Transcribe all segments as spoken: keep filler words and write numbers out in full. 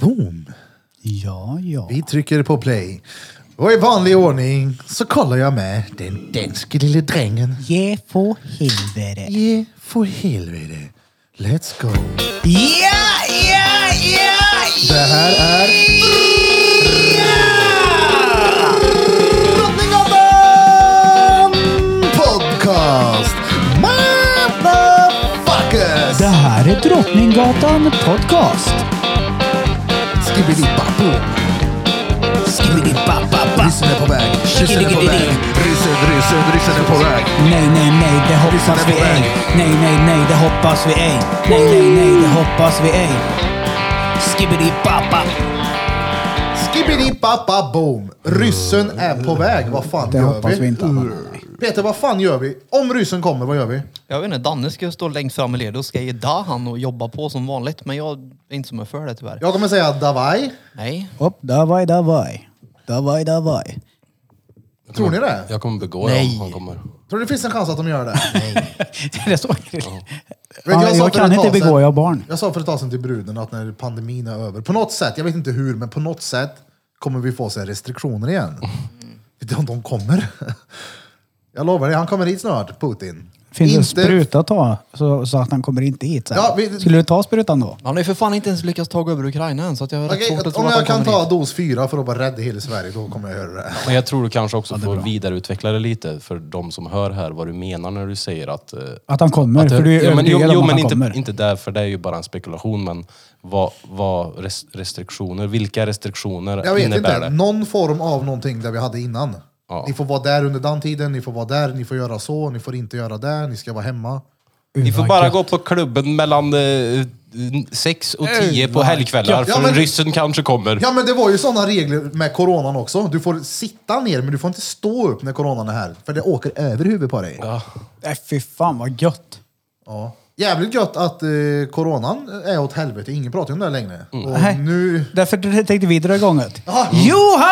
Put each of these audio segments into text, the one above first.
Boom. Ja, ja. Vi trycker på play. Och i vanlig ordning så kollar jag med den danske lille drängen. Ge få helvete. Ge för helvete. Let's go. Ja, ja, ja, Det här är... Drottninggatan Podcast. Motherfuckers. Det här är Drottninggatan Podcast. Skibidi-babbo. Skibidi-babba. Ryssen är på väg. Ryssen är på väg. Ryssen, ryssen, ryssen är på väg. Nej, nej, nej, det hoppas vi ej. Nej, nej, nej, det hoppas vi ej. Nej, nej, nej, det hoppas vi ej. Skibidi-babba. Skibidi-babba-boom. Ryssen är på väg. Vad fan Det gör hoppas vi? vi inte. Peter, vad fan gör vi? Om ryssen kommer, vad gör vi? Jag vet inte, Danne ska ju stå längst fram i led och ska ge han och jobba på som vanligt. Men jag är inte som är för det tyvärr. Jag kommer säga davaj. Nej. Upp, davaj, davaj. Davaj, davaj. Tror ni det? Jag kommer begå Nej. om han kommer. Tror du det finns en chans att de gör det? Det står Vet, ja, sa jag för kan ett inte tag begå, sedan- jag har barn. Jag sa för ett tag sedan till bruden att när pandemin är över, på något sätt, jag vet inte hur, men på något sätt kommer vi få sig restriktioner igen. Vet du om de kommer? Jag lovar dig, han kommer hit snart, Putin. Finns det spruta att ta så, så att han kommer inte hit sen? Ja, vi- Skulle du ta sprutan då? Han har ju för fan inte ens lyckats ta över Ukraina än. Så att jag har rätt Okej, svårt att tro om att jag han kan kommer ta hit. dos fyra för att bara rädda hela Sverige, då kommer jag göra det. Men jag tror du kanske också får vidareutveckla det lite för de som hör här vad du menar när du säger att... eh, Att han kommer? att det- för du är ja, men, jo, övertygad jo, om men att han inte, kommer. inte där, för det är ju bara en spekulation. Men vad, vad res- restriktioner, vilka restriktioner Jag vet innebär inte, det? någon form av någonting där vi hade innan. Ja. Ni får vara där under den tiden, ni får vara där, ni får göra så, ni får inte göra det, ni ska vara hemma. Ni får bara gå på klubben mellan eh, sex och tio på helgkvällar, Ja, för men- ryssen kanske kommer. Ja, men det var ju sådana regler med coronan också. Du får sitta ner, men du får inte stå upp när coronan är här. För det åker över huvudet på dig. Ja. Nej, fy fan vad gött. Ja. Jävligt gött att eh, coronan är åt helvete. Ingen pratar ju om det här längre. Och Nej. nu... Därför tänkte vi dra igång det. Ja. Johan!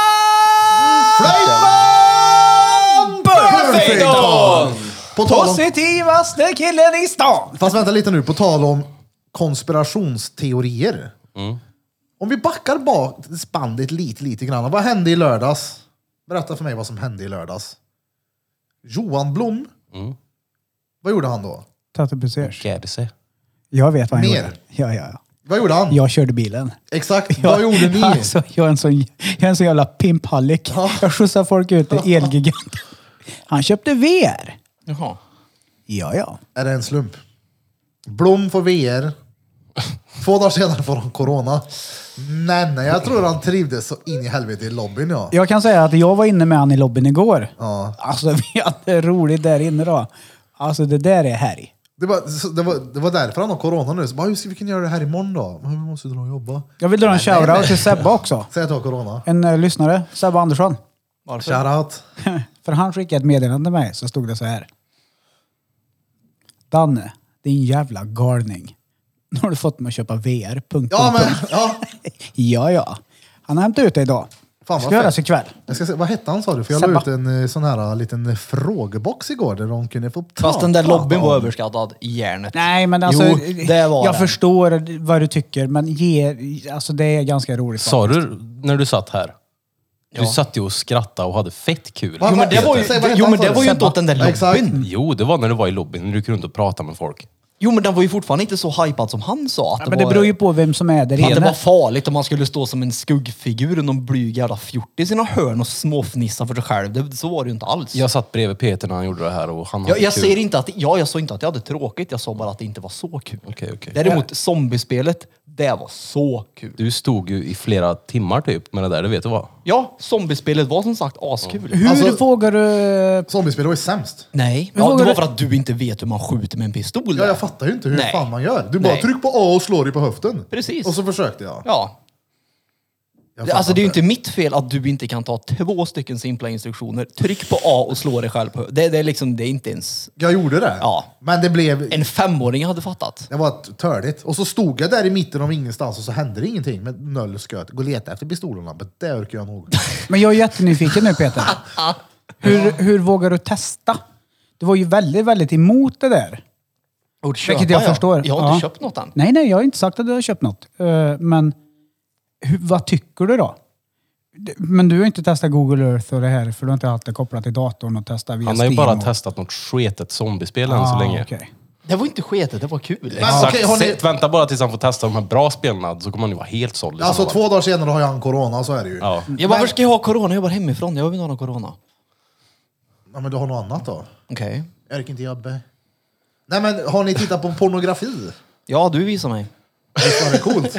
Flöjtman! Perfekton! På tal om... Positivaste killen i stan! Fast vänta lite nu, på tal om konspirationsteorier. Om vi backar bak spandet lite, lite grann. Vad hände i lördags? Berätta för mig vad som hände i lördags. Johan Blom. Mm. Vad gjorde han då? Tatupisers. Gärse. Jag vet vad han Mer. gjorde. Ja, ja, ja. Vad gjorde han? Jag körde bilen. Exakt, vad gjorde ni? Alltså, jag är en sån, jag är en sån jävla pimphallik. Ja. Jag skjutsar folk ut i Elgigant. Han köpte V R. Jaha. Ja, ja. Är det en slump? Blom får V R. Två dagar senare får han corona. Nej, nej, jag tror han trivdes så in i helvete i lobbyn, ja. Jag kan säga att jag var inne med han i lobbyn igår. Ja. Alltså, vi hade roligt där inne då. Alltså, det där är härj. Det var, så- det, var, det var därför han har corona nu. Så bara, hur ska vi kunna göra det här imorgon då? Men Vi måste dra och jobba. Jag vill dra en Nej, nej, shoutout nej. till Sebbe också. Säg att du har corona. En uh, lyssnare, Sebbe Andersson. Varför? Shoutout. För han skickade ett meddelande till mig så stod det så här. Danne, din jävla galning. Nu har du fått mig att köpa V R. Punkt, Ja, punkt, men... punkt. Ja. Ja, ja. Han har hämtat ut det idag. Fan, Ska vad göras fett. ikväll. Jag ska se, vad hette han sa du? För jag Sebba. la ut en eh, sån här liten frågebox igår där de kunde få prata. Fast den där lobbyn var om- överskattad i järnet. Nej, men alltså... Jo, det var jag det. förstår vad du tycker, men ge, alltså det är ganska roligt. Sa du när du satt här? Du Ja. satt ju och skrattade och hade fett kul. Va? Jo men det var ju, Säg vad jo, han men sa det du? var ju inte Sebba. åt den där Ja, exakt. lobbyn. Jo, det var när du var i lobbyn, när du gick runt och pratade med folk. Jo men den var ju fortfarande inte så hypad som han sa. Att Ja, men det var, beror ju på vem som är där att det var inne. farligt om man skulle stå som en skuggfigur och någon blyg jävla fjort i sina hörn och småfnissa för sig själv. Det, så var det ju inte alls. Jag satt bredvid Peter när han gjorde det här och han hade Jag, jag kul. säger inte att, ja, jag sa inte att jag hade tråkigt, jag sa bara att det inte var så kul. Okej, okej. Däremot zombiespelet, det var så kul. Du stod ju i flera timmar typ med det där, det vet du vad? Ja, zombiespelet var som sagt askul. Hur Alltså- vågar du... Zombiespel var ju sämst. Nej, Men ja, vågar det var du- för att du inte vet hur man skjuter med en pistol. Ja, jag fattar ju inte hur Nej. fan man gör. Du bara Nej. tryck på A och slår dig på höften. Precis. Och så försökte jag. Ja. jag fattar Alltså det är ju inte mitt fel att du inte kan ta två stycken simpla instruktioner. Tryck på A och slå dig själv på. Det, det är liksom, det är inte ens... Jag gjorde det. Ja. Men det blev... En femåring hade fattat. Det var törligt. Och så stod jag där i mitten av ingenstans och så hände det ingenting med noll sköt. Gå och leta efter pistolerna, men det orkar jag nog. Men jag är jättenyfiken nu, Peter. Hur, hur vågar du testa? Du var ju väldigt, väldigt emot det där. Och köpa, Vilket jag ja. förstår. Jag har Ja. inte köpt något än. Nej, nej, jag har inte sagt att du har köpt något. Eh, men Hur, vad tycker du då? Men du har inte testat Google Earth och det här, för du har inte haft det kopplat till datorn och testat via Han har ju Steam bara och... testat något sketet zombiespel än ah, så länge. Okay. Det var inte sketet, det var kul. Men, Exakt. okej, har ni- Sätt, vänta bara tills han får testa de här bra spelen, så kommer han ju vara helt såld. i Alltså sådana fall. två dagar senare har jag en corona, så är det ju. Ja. Jag bara, varför ska jag ha corona? Jag jobbar hemifrån. Jag vill inte ha någon corona. Ja, men du har något annat då? Okej. Erik inte jobbe. Nej men har ni tittat på pornografi? Ja, du visar mig. Visst var det coolt?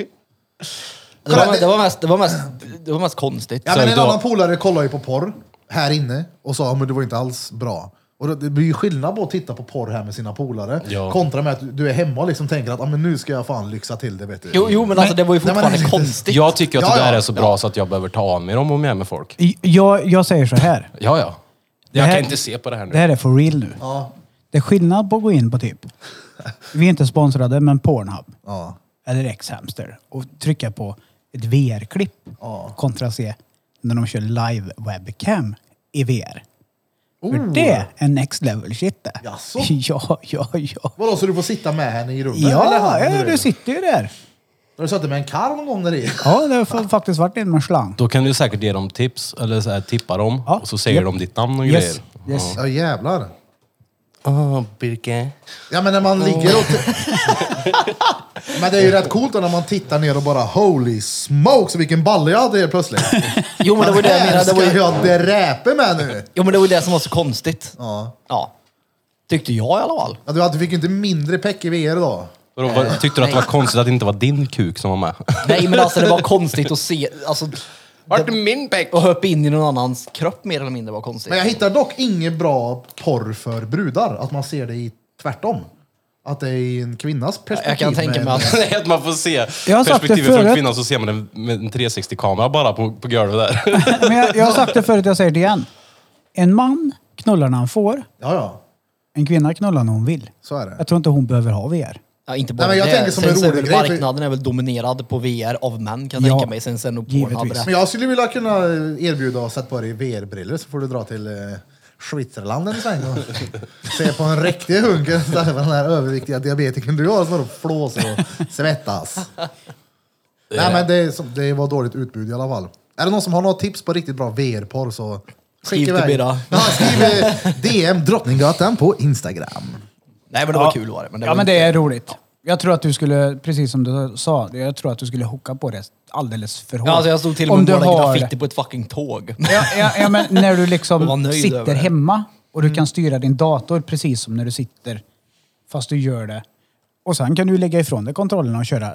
Det var, det var, mest, det var, mest, det var mest konstigt. Ja Så men en då- annan polare kollade ju på porr här inne och sa att det var inte alls bra. Och det blir ju skillnad på att titta på porr här med sina polare Ja. kontra med att du är hemma och liksom tänker att ah, men nu ska jag fan lyxa till det, vet du. Jo, jo men alltså det var ju Nej, men fortfarande det är lite- konstigt. Jag tycker att Ja, det där ja. är så bra så att jag behöver ta av mig dem om jag är med folk. Jag, jag säger så här. Ja, ja. Jag här- kan inte se på det här nu. Det här är for real nu. Ja, Det är skillnad på att gå in på typ, vi är inte sponsrade, men Pornhub ja. eller X-Hamster och trycka på ett V R-klipp Ja. kontra se när de kör live webcam i V R. För Oh. det är next level shit det. Jaså? Ja, ja, ja. Vadå, så du får sitta med henne i rummet? eller Ja, han, ja, du sitter ju där. Har du suttit med en karl någon gång där i? Ja, det har fa- faktiskt varit in med slang. Då kan du säkert ge dem tips, eller så här, tippa dem, Ja. och så säger Japp. de ditt namn och Yes. grejer. Yes. Ja jävlar. Åh, Birke. Ja men när man ligger och... Men det är ju rätt coolt då när man tittar ner och bara holy smokes vilken balle jag hade helt plötsligt. Jo men det var det jag Här menade. Det var ska ju, jag dräpa med nu. jo men det var det som var så konstigt. Ja. Ja. Tyckte jag i alla fall. Ja, du, hade- du fick ju inte mindre peck i V R då. Vadå, vad- Tyckte du att det var konstigt att det inte var din kuk som var med? Nej men alltså det var konstigt att se, alltså, Vart är min peck? att hoppa in i någon annans kropp mer eller mindre var konstigt. Men jag hittar dock inget bra porr för brudar. Att man ser det i tvärtom. Att det är i en kvinnas perspektiv. Jag kan tänka med- mig att... Nej, att man får se Jag har sagt det perspektivet från förut. kvinnan, så ser man en, med en tre sextio-kamera bara på, på golvet där. Men jag, jag har sagt det förut, jag säger det igen. En man knullar när han får. Ja, ja. En kvinna knullar när hon vill. Så är det. Jag tror inte hon behöver ha V R. Ja, inte bara Nej, men jag det. tänker som sen en så är rolig väl grej, för- marknaden är väl dominerad på V R av män kan jag Ja, tänka mig. Sen sen nog givetvis. Pornhub det. Men jag skulle vilja kunna erbjuda och sätta på dig V R-briller så får du dra till eh, Switzerland en sväng och se på en riktig hunk istället för den här överviktiga diabetikern du har som står och flåsar och svettas. Nej men det, är som- det var dåligt utbud i alla fall. Är det någon som har något tips på riktigt bra V R-porr så Skriv till iväg. Birra. Ja, skriv eh, D M Drottninggatan på Instagram. Nej men det var kul var det. Men det Ja var men inte... det är roligt. Jag tror att du skulle, precis som du sa, jag tror att du skulle hooka på det alldeles för hårt. Ja, alltså jag stod till och Om med du och målade har- graffiti på ett fucking tåg. Ja, ja, ja, men när du Och var liksom nöjd över sitter det. hemma och du kan styra din dator precis som när du sitter, fast du gör det. Och sen kan du lägga ifrån dig kontrollen och köra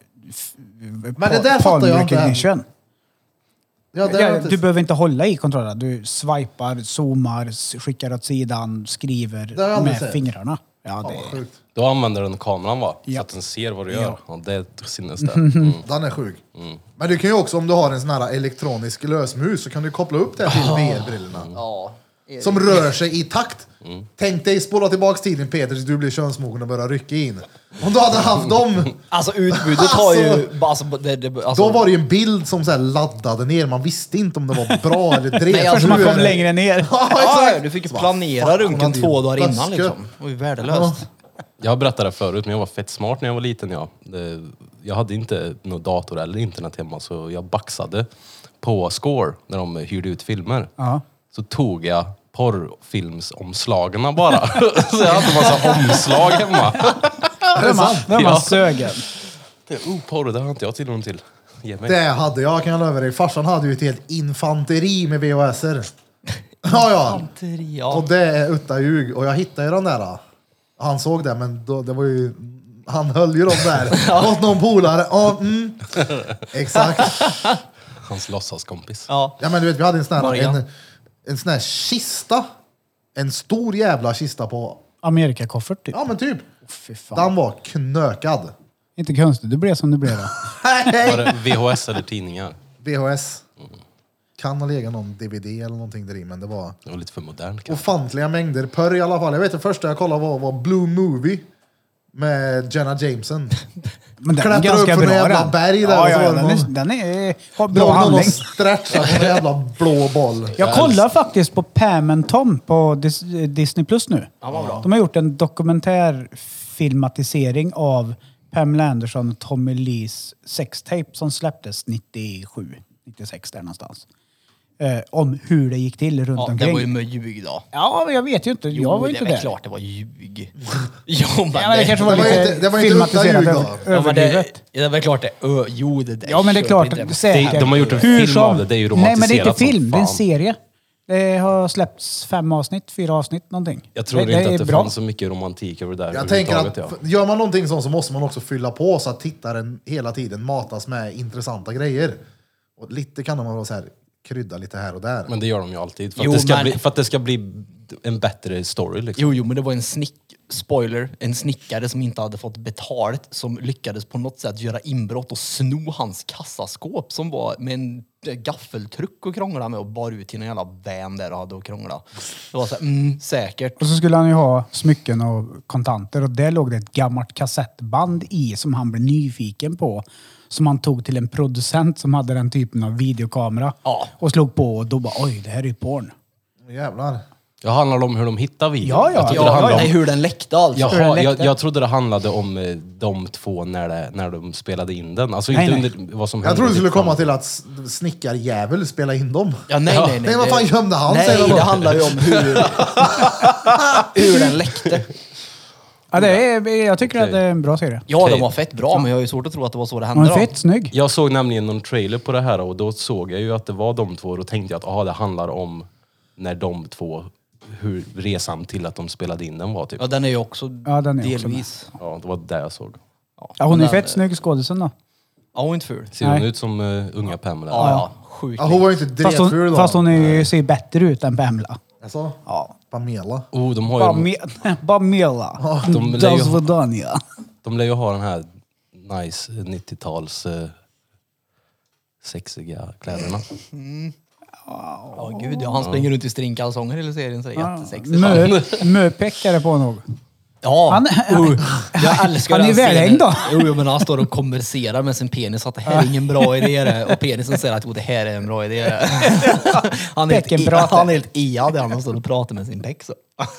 Men det där fattar jag inte än. inte. Ja, det är Ja, inte... du behöver inte hålla i kontrollen. Du swipar, zoomar, s- skickar åt sidan, skriver Det har jag aldrig med sett. fingrarna. Ja, Fan, det vad sjukt. Då använder den kameran va? Ja. Så att den ser vad du Ja. gör. Ja, det är ett sinnes det. Mm. Den är sjuk. Men du kan ju också, om du har en sån här elektronisk lösmus så kan du koppla upp det till V R-brillorna. Ja. Som rör sig i takt. Tänk dig spola tillbaks tiden Peter tills du blir könsmogen och börjar rycka in. Om du hade haft dem, Alltså utbudet har ju... Alltså, det, det, alltså, då var det ju en bild som så här laddade ner. Man visste inte om det var bra eller drev. Nej, alltså, Nu man är kom det- längre ner. Ja, Ja, exakt. du fick ju Så bara, planera fan, runken hon hade två ju dagar innan buske. liksom. Det var ju värdelöst. Jag berättade det förut, men jag var fett smart när jag var liten. Ja. Det, jag hade inte någon dator eller internet hemma, så jag baxade på Score när de hyrde ut filmer. Ja. Så tog jag porrfilmsomslagen bara. Så jag hade en massa omslag hemma. Då är man, då är man Ja. sögen. Det, oh, porr, det har inte jag tillgång till. Ge mig. Det hade jag, kan jag lova dig. Farsan hade ju ett helt infanteri med V H S-er. Ja, ja. Ja. Och det är utta ljug. Och jag hittade ju den där. Han såg det, men då, det var ju... Han höll ju dem där. Åt någon polare. Ja, mm. Exakt. Hans låtsaskompis. Ja. Ja, men du vet, vi hade en sån här, Marian. en, en sån här kista. En stor jävla kista på... Amerikakoffert typ. Ja, men typ. Fy fan. Den var knökad. Inte konstigt, du blev som du blev då. Var det V H S eller tidningar? V H S. Kan ha legat någon D V D eller någonting där i, men det var Det var lite för modernt kanske. ofantliga mängder porr i alla fall. Jag vet det första jag kollade var, var Blue Movie med Jenna Jameson. Men den är Klättra upp ganska för bra några jävla den. berg där Ja, och så ja, var det den, är, någon- den är, har Låg bra någon handling. och stretchade på en jävla blå boll. Jag kollar faktiskt på Pam and Tom på Dis- Disney Plus nu. Ja, vad bra. De har gjort en dokumentärfilmatisering av Pamela Anderson och Tommy Lees sextape som släpptes nittiosju, nittiosex där någonstans. Eh, om hur det gick till runt Ja, omkring. det var ju med ljug då. Ja, men jag vet ju inte. Jo, jag var det inte är väl där. klart det var ljug. Jo, men Ja, men det kanske var Det var lite inte- det var inte filmatiserat, rutta ljug då. över- Ja, men det, överdrivet. ja, det är väl klart det. Ö, jo, det där Ja, men det är köper klart. inte det. Säkert. Det- de har gjort en Hur film som- av det, det är ju Nej, men det är romantiserat inte som film. Det är en fan. serie. Det har släppts fem avsnitt, fyra avsnitt någonting. Jag tror det, inte det är att det bra. fanns så mycket romantik över det där. Jag tänker att överhuvudtaget, f- gör man någonting sånt så måste man också fylla på så att tittaren hela tiden matas med intressanta grejer. Och lite kan de vara så här, krydda lite här och där. ja. Men det gör de ju alltid. För att, Jo, det, ska men- bli, för att det ska bli en bättre story liksom. Jo, jo, men det var en snick... Spoiler. En snickare som inte hade fått betalt som lyckades på något sätt göra inbrott och sno hans kassaskåp som var med en gaffeltruck och krångla med och bar ut till en jävla van där och hade och krångla. Det var så här, mm, säkert. Och så skulle han ju ha smycken och kontanter och där låg det ett gammalt kassettband i som han blev nyfiken på. Som han tog till en producent som hade den typen av videokamera. Ja. Och slog på och då bara oj, det här är ju porn. Jävlar. Jag handlar om hur de hittar videon. Ja, ja. Jag tyckte Ja, det handlade nej, om... hur den läckte alltså. Hur den Jaha, läckte. jag, jag trodde det handlade om eh, de två när, det, när de spelade in den. Alltså Nej, inte nej. under vad som Jag hände. trodde du skulle liksom. komma till att s- snickarjävel spela in dem. Ja, nej, nej, nej. Men vad fan gömde han Nej, sig då? det handlar ju om hur, hur den läckte. Ja, det är, jag tycker Okej. att det är en bra serie. Ja, Okej. de var fett bra, men jag har ju svårt att tro att det var så det Den hände är då. fett snygg. Jag såg nämligen någon trailer på det här och då såg jag ju att det var de två och då tänkte jag att aha, det handlar om när de två, hur resan till att de spelade in den var typ. Ja, den är ju också Ja, den är också delvis. Ja, det var det jag såg. Ja, Ja, hon men är den- fett snygg skådisen då. Ja, hon är inte ful. Ser hon Nej. ut som uh, unga Pamela? Ja, ja. Sjukt. Ja, hon var ju inte Fast dretful hon, då. fast hon är ju, ser bättre ut än Pamela. Alltså, Ja. Pamela. Oh, de, har ju, Bame- Pamela. de lär ju Das ha- Vadania. de lär ju ha den här nice nittio-tals uh, sexiga kläderna. Ja, gud ja. Han springer runt i stringkalsonger hela serien så det är jättesexigt. Mö, möpeckare på nog. Ja, Han- uh, jag älskar Han är den scenen. välhängd då. Jo, jo, men han står och konverserar med sin penis att det här är ingen bra idé det. Och penisen säger att oh, det här är en bra idé det. Han är helt, Pecken i, pratar. han är helt iad han står och pratar med sin peck så.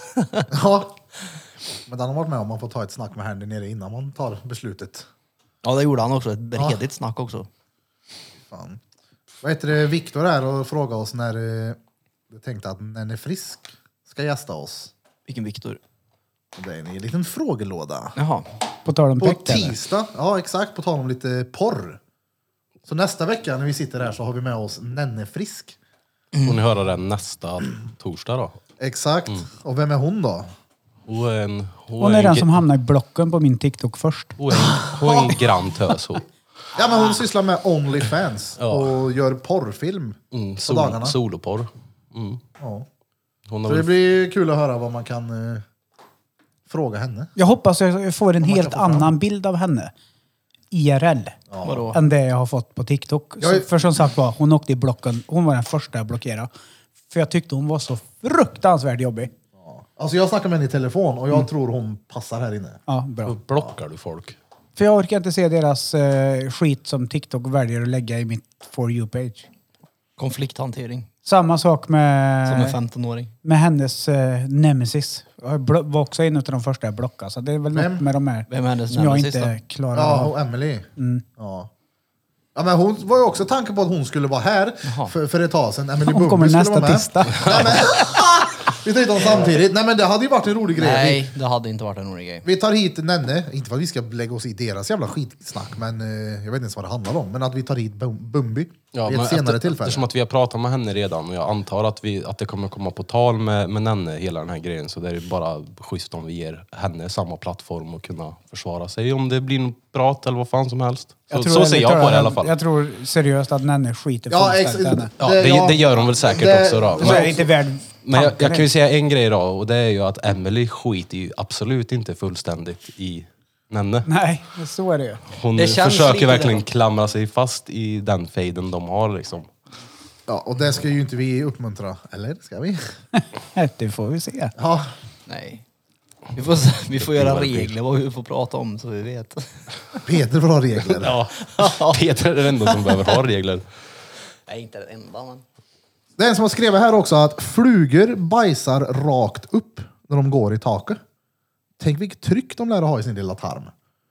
Ja. Men den har varit med om man får ta ett snack med henne nere innan man tar beslutet. Ja, det gjorde han också. Ett redigt snack också. Fan. Vad heter det, Viktor här och frågade oss när eh, jag tänkte att när är frisk ska gästa oss. Vilken Viktor. Det är en liten frågelåda. Jaha. På tal om På peck eller? tisdag, ja exakt, på tal om lite porr. Så nästa vecka när vi sitter här så har vi med oss Nenne Frisk. Får ni höra den nästa torsdag då? Exakt. Och vem är hon då? Hon är en, hon Hon är en, den ge- som hamnar i blocken på min TikTok först. hon är en, hon är en grann tös hon. Ja men hon sysslar med Onlyfans Ja. och gör porrfilm Mm, på sol, dagarna. soloporr. Mm. Ja. Hon har Så det väl blir kul att höra vad man kan eh, fråga henne. Jag hoppas jag får en man kan helt få fram. annan bild av henne. I R L. Vadå? Än det jag har fått på TikTok. Jag är- Så, för som sagt var, hon åkte i blocken. Hon var den första jag blockerade. För jag tyckte hon var så fruktansvärt jobbig. Alltså jag snackar med henne i telefon och jag Mm. tror hon passar här inne. Ja, bra. Hur blockar du folk? För jag orkar inte se deras eh, skit som TikTok väljer att lägga i mitt For You-page. Konflikthantering. Samma sak Som en med, femtonåring. med hennes eh, nemesis. Jag blo- var också en av de första jag blockade. Så det är väl Vem? något med de här Vem är hennes Alltså, som jag nemesis inte då? klarar Ja, av. och Emily. Ja. Ja, men hon var ju också tanke på att hon skulle vara här för, för ett tag sedan. Emily Hon kommer Bumby skulle nästa vara med. tisdag. Nej, men, vi tar hit dem samtidigt. Nej men det hade ju varit en rolig grej. Vi, Nej, det hade inte varit en rolig grej. vi tar hit Nenne, inte för att vi ska lägga oss i deras jävla skitsnack, men eh, jag vet inte ens vad det handlar om. Men att vi tar hit Bum- Bumby Ja, vid men ett senare efter, tillfälle. Eftersom att vi har pratat med henne redan och jag antar att, vi, att det kommer komma på tal med, med Nenne, hela den här grejen. Så det är bara schysst om vi ger henne samma plattform och kunna försvara sig om det blir något prat eller vad fan som helst. Så, så ärligt ser jag på talat, det i alla fall. Jag tror seriöst att Nenne skiter Ja, fullständigt ex- i henne. Ja, det, ja, det gör hon väl säkert det- också då. Så är det Men, inte värd men jag, tanken. jag kan ju säga en grej då och det är ju att Emily skiter ju absolut inte fullständigt i Nenne. Nej, så är det ju. Hon Det känns försöker lite verkligen det. klamra sig fast i den fejden de har liksom. Ja, och det ska ju inte vi uppmuntra. Eller ska vi? Det får vi se. Ja, Nej. Vi får, s- vi får göra regler vad vi får prata om så vi vet. Peter får ha regler. Ja, Peter är den enda som behöver ha regler. Nej, inte det enda men. Det är en som har skrivit här också att flugor bajsar rakt upp när de går i taket. Tänk vilket tryck de lär ha i sin lilla tarm.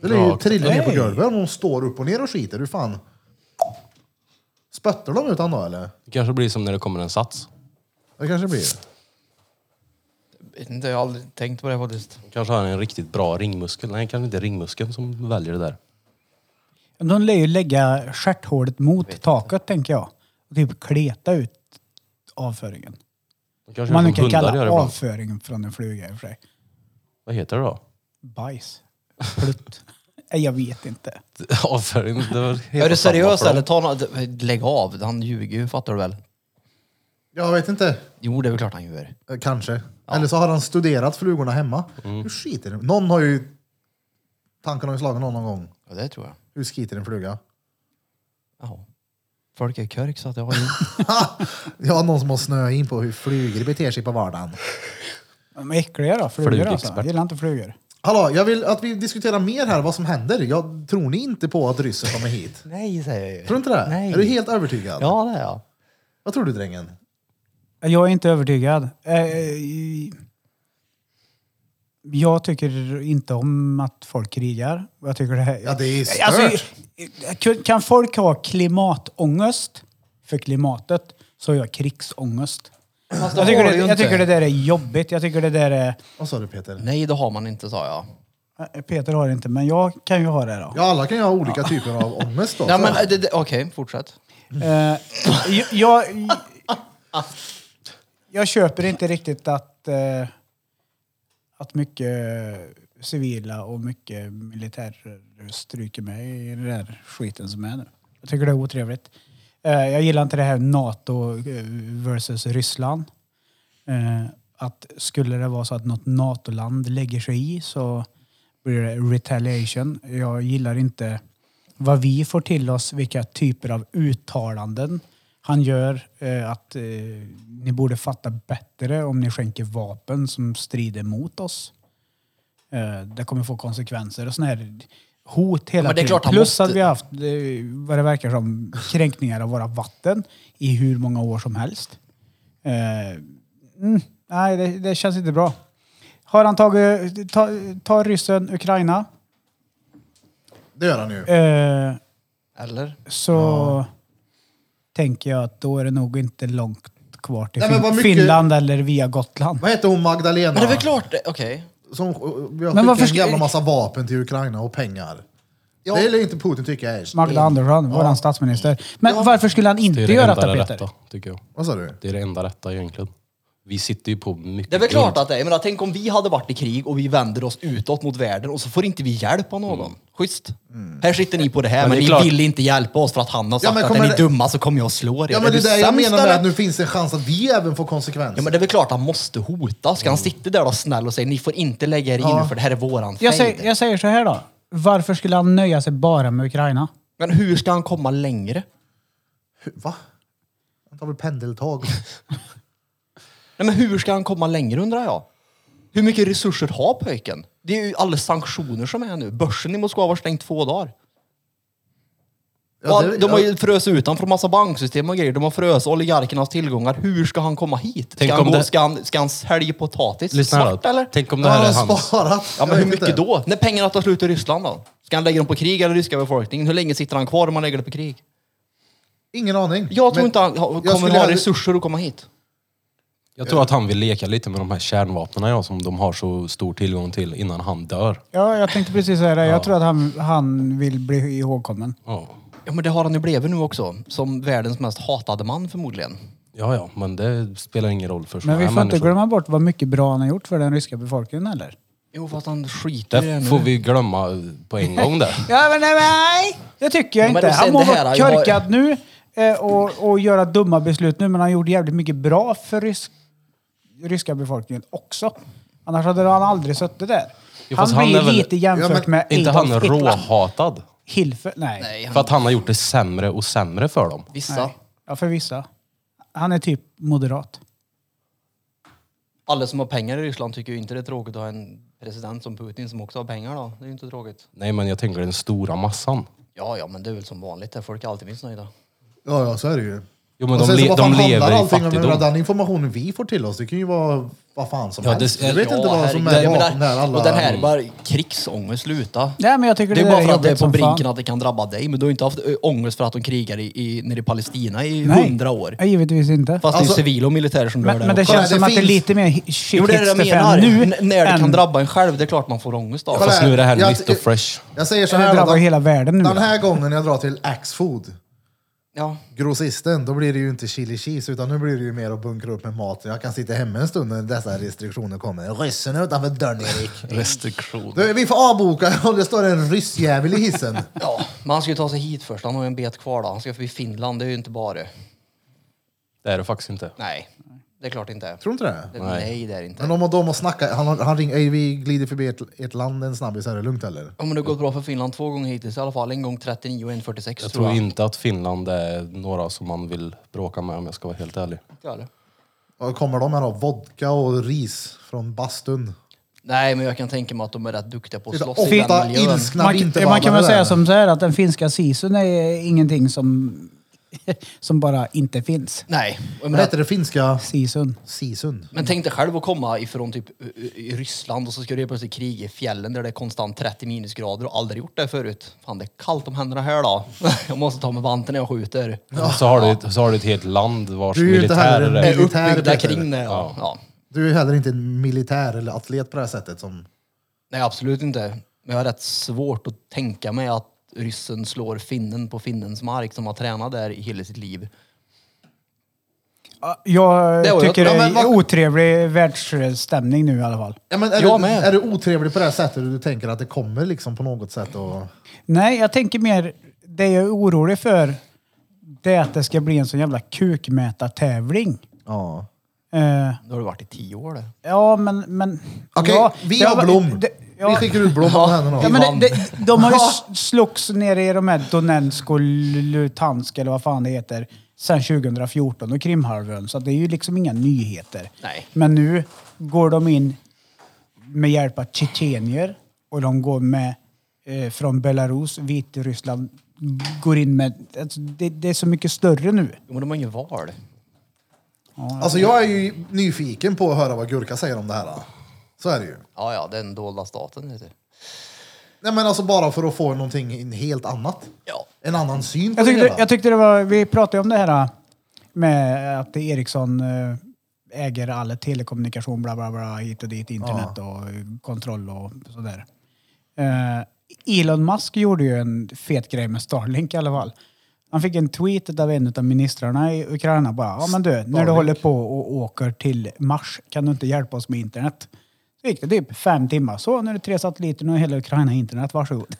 Eller ju Rakt. trillar ner på Hey. golvet om de står upp och ner och skiter. Hur fan? Spöttar de utan då eller? Det kanske blir som när det kommer en sats. Det kanske blir. Jag vet inte, jag har aldrig tänkt på det faktiskt. Kanske har en riktigt bra ringmuskel. Nej, kanske inte ringmuskeln som väljer det där. De lär ju lägga stjärthålet mot taket, tänker jag. Och typ kleta ut avföringen. De kanske Man gör nu som kan hundar kalla gör ibland. avföring från en fluga i och för sig. Vad heter det då? Bajs. Plutt. Nej, jag vet inte. Avföring. Det var Är du seriös eller? Ta något, lägg av, han ljuger ju, fattar du väl? Jag vet inte. Jo, det är väl klart han gör. Eh, Kanske. Eller så har han studerat flugorna hemma. Hur skiter det? Någon har ju... Tanken har ju slagit någon någon gång. Ja, det tror jag. Hur skiter en fluga? Jaha. Folk är körk så att jag har ju... Jag har någon som har snöat in på hur flugor beter sig på vardagen. De är äckliga då, flugor alltså. Flugexpert. Jag gillar inte flugor. Hallå, jag vill att vi diskuterar mer här vad som händer. Jag tror ni inte på att ryssen kommer hit? Nej, säger jag ju. Tror du inte det? Nej. Är du helt övertygad? Ja, det är jag. Vad tror du, drängen? Jag är inte övertygad. Eh, Jag tycker inte om att folk krigar. Jag tycker det här... Ja, det är stört. Alltså, kan folk ha klimatångest för klimatet så har jag krigsångest. Fast Jag det tycker har det, du ju jag tycker det inte. där är jobbigt. Jag tycker det där är... Vad sa du, Peter? Nej, det har man inte, sa jag. Eh, Peter har det inte, men jag kan ju ha det då. Ja, alla kan ju ha olika typer av ångest då. Ja, så. men det- det- okej, fortsätt. Eh, jag, jag, jag köper inte riktigt att, eh, att mycket civila och mycket militärer stryker med i den där skiten som är nu. Jag tycker det är otrevligt. Eh, jag gillar inte det här NATO versus Ryssland. Eh, att skulle det vara så att något NATO-land lägger sig i så blir det retaliation. Jag gillar inte vad vi får till oss, vilka typer av uttalanden han gör. Eh, att eh, ni borde fatta bättre om ni skänker vapen som strider mot oss. Eh, det kommer få konsekvenser och såna här hot hela men det är tiden. klart han Plus måste- att vi har haft, eh, vad det verkar som, kränkningar av våra vatten i hur många år som helst. Eh, mm, nej, det, det känns inte bra. Har han tagit, ta, ta ryssen Ukraina? Det gör han ju. Eh, Eller? så tänker jag att då är det nog inte långt kvar till Nej, men fin- vad mycket- Finland eller via Gotland. Vad heter hon, Magdalena? Men det är väl klart, det- okej. Som vi har Men varför skickat en ska- jävla massa vapen till Ukraina och pengar. Det är inte Putin tycker jag är. Magda Andersson, Ja. våran statsminister. Men varför skulle han Det inte är det göra enda detta, Peter? rätta, tycker jag. Vad sa du? Det är det enda rätta egentligen. Vi sitter ju på mycket Det är väl klart guld. att det är. Men tänk om vi hade varit i krig och vi vänder oss utåt mot världen och så får inte vi hjälp av någon. Schysst. Här sitter ni på det här, Men men, det är ni klart- vill inte hjälpa oss för att han har sagt men att kommer är ni det- dumma så kommer jag och slår er. Ja, men det du är det jag sämst, menar med eller? att nu finns det en chans att vi även får konsekvenser. Ja, men det är väl klart han måste hota. Ska han sitta där och snäll och säga ni får inte lägga er i Ja. nu för det här är våran Jag fejd. säger, jag säger så här då. Varför skulle han nöja sig bara med Ukraina? Men hur ska han komma längre? Va? Han tar väl pendeltåg? Nej, men hur ska han komma längre undrar jag? Hur mycket resurser har pojken? Det är ju alla sanktioner som är nu. Börsen i Moskva var stängt två dagar. Ja, Ja, det- de har ja. ju frös ut honom från massa banksystem och grejer. De har frös oligarkernas tillgångar. Hur ska han komma hit? Ska Tänk han, om gå, det- ska, han, ska han sälja potatis? Lyssna här Svart då. eller? Tänk om det Ja, här är han har hans... sparat. Ja, Jag men hur vet mycket inte. då? När pengarna tar slut i Ryssland då? Ska han lägga dem på krig eller ryska befolkningen? Hur länge sitter han kvar om han lägger det på krig? Ingen aning. Jag tror Men inte han ha- jag kommer skulle ha aldrig- resurser att komma hit. Jag tror att han vill leka lite med de här kärnvapnen ja, som de har så stor tillgång till innan han dör. Ja, jag tänkte precis säga det. Jag tror att han, han vill bli ihågkommen. Ja. Ja, men det har han ju blivit nu också. Som världens mest hatade man förmodligen. Ja, ja, men det spelar ingen roll för Men såna vi här får inte människor. glömma bort vad mycket bra han har gjort för den ryska befolkningen, eller? Jo, fast han skiter i det Det nu. får vi glömma på en gång där. Ja, men nej, nej! Det tycker jag Ja, men inte. och sen Han må det här, vara jag har- körkad nu eh, och, och göra dumma beslut nu, men han gjorde jävligt mycket bra för rysk, ryska befolkningen också. Annars hade han aldrig suttit där. Jo, Han fast han blir är väl- lite jämfört Ja, men med inte Adolf han Hitler. råhatad? Hilfe, nej. Nej, För han, att han har gjort det sämre och sämre för dem. vissa. nej. Ja, för vissa. Han är typ moderat. Alla som har pengar i Ryssland tycker ju inte det är tråkigt att ha en president som Putin som också har pengar då. Det är ju inte tråkigt. Nej, men jag tänker den stora massan. Ja, ja, men det är väl som vanligt. Där folk är alltid missnöjda. Ja, ja, så är det ju. Jo, men Och de, sen så le, vad de fan lever handlar i allting om? fattigdom. Den informationen vi får till oss, det kan ju vara vad fan som Ja, helst. det- Du vet Ja, inte vad som herregud. är Jag menar, bakom det här. Alla... Och den här är bara krigsångest, sluta. Nej, men jag tycker Det det, är bara där för att det är jobbigt på som brinken fan. att det kan drabba dig. Men du har inte haft ö, ångest för att de krigar i, i, nere i Palestina i Nej. hundra år. Nej, givetvis inte. Fast det är Alltså- ju civila och militärer som dör Men, där men det också. känns det som att det är finns- lite mer hi- shit Jo, det är det hits jag the fan menar. nu. N- När det än- kan drabba en själv, det är klart man får ångest av. Kolla Fast nu är det här Jag- mister Fresh. Jag säger så Det här då, drabbar den- hela världen nu. Den här gången jag drar till Axfood, Ja. grossisten, då blir det ju inte chili cheese utan nu blir det ju mer att bunkra upp med mat. Jag kan sitta hemma en stund när dessa restriktioner kommer. Ryssen utanför dörren, Erik. Restriktion. Du, vi får avboka och det står en ryssjävel i hissen. Ja, men han ska ju ta sig hit först. Han har ju en bet kvar då. Han ska förbi Finland, det är ju inte bara... Det är det faktiskt inte. Nej, det är klart inte. Tror du inte det? Det, Nej. nej, det är det inte. Men om de måste snacka, han, han ringer, "Ey, vi glider förbi ett, ett land en snabbis, är det lugnt eller? Ja, men det har gått bra för Finland två gånger hittills i alla fall. En gång trettionio och en fyrtiosex Jag tror tror jag. inte att Finland är några som man vill bråka med om jag ska vara helt ärlig. Inte jag, eller? Och kommer de med då, vodka och ris från bastun? Nej, men jag kan tänka mig att de är rätt duktiga på att Titta, slåss i den ofta miljön. ilskna Man, vintervallar man kan väl där. säga som så här att den finska sisun är ingenting som, som bara inte finns. Nej, jag Vad menar, heter det finska? Sisun. Sisun. men tänk dig själv att komma ifrån typ i Ryssland och så ska du plötsligt kriga i fjällen där det är konstant trettio minusgrader och aldrig gjort det förut. Fan, det är kallt om händerna här då. Jag måste ta med vanten när jag skjuter. Så, har du ett, så har du ett helt land vars Du är ju inte heller militärer en är... Är Militär, uppbyggda Peter. kring det. Ja. Ja. Du är heller inte en militär eller atlet på det här sättet som... Nej, absolut inte. Men jag har rätt svårt att tänka mig att ryssen slår finnen på finnens mark som har tränat där i hela sitt liv. Ja, Jag Det var- tycker ja, det men är vad- otrevlig världsstämning nu i alla fall. Ja, men är, Jag du, med. är du otrevlig på det här sättet och du tänker att det kommer liksom på något sätt och... Nej, jag tänker mer, det jag är orolig för, det är att det ska bli en sån jävla kukmätartävling. Ja. Eh, Nu har det varit i tio år det. ja, men... men Okej, ja, vi det har var- Blom. det- ja. Vi skickar ut Blom på henne Ja, nu. men det, det, de har ju s- slogs nere i de här Donetsk och Lutansk eller vad fan det heter sen tjugo fjorton och Krimhalvön. Så att det är ju liksom inga nyheter. Nej. Men nu går de in med hjälp av tjetjenier och de går med eh, från Belarus, Vitryssland, går in med... Alltså, det, det är så mycket större nu. Jo, men de har ingen val. Alltså jag är ju nyfiken på att höra vad Gurka säger om det här. Så är det ju. Ja, ja, den dolda staten. Vet du. Nej men alltså bara för att få någonting helt annat. Ja. En annan syn på Jag det tyckte, hela. jag tyckte det var... Vi pratade ju om det här med att Ericsson eh, äger all telekommunikation, bla bla bla, hit och dit, internet och kontroll och sådär. Eh, Elon Musk gjorde ju en fet grej med Starlink i alla fall. Han fick en tweet av en av ministrarna i Ukraina bara, ja men du, när du Starlink. håller på och åker till Mars, kan du inte hjälpa oss med internet? Så gick det typ fem timmar. Så, nu är det tre satelliter och hela Ukraina har internet, varsågod.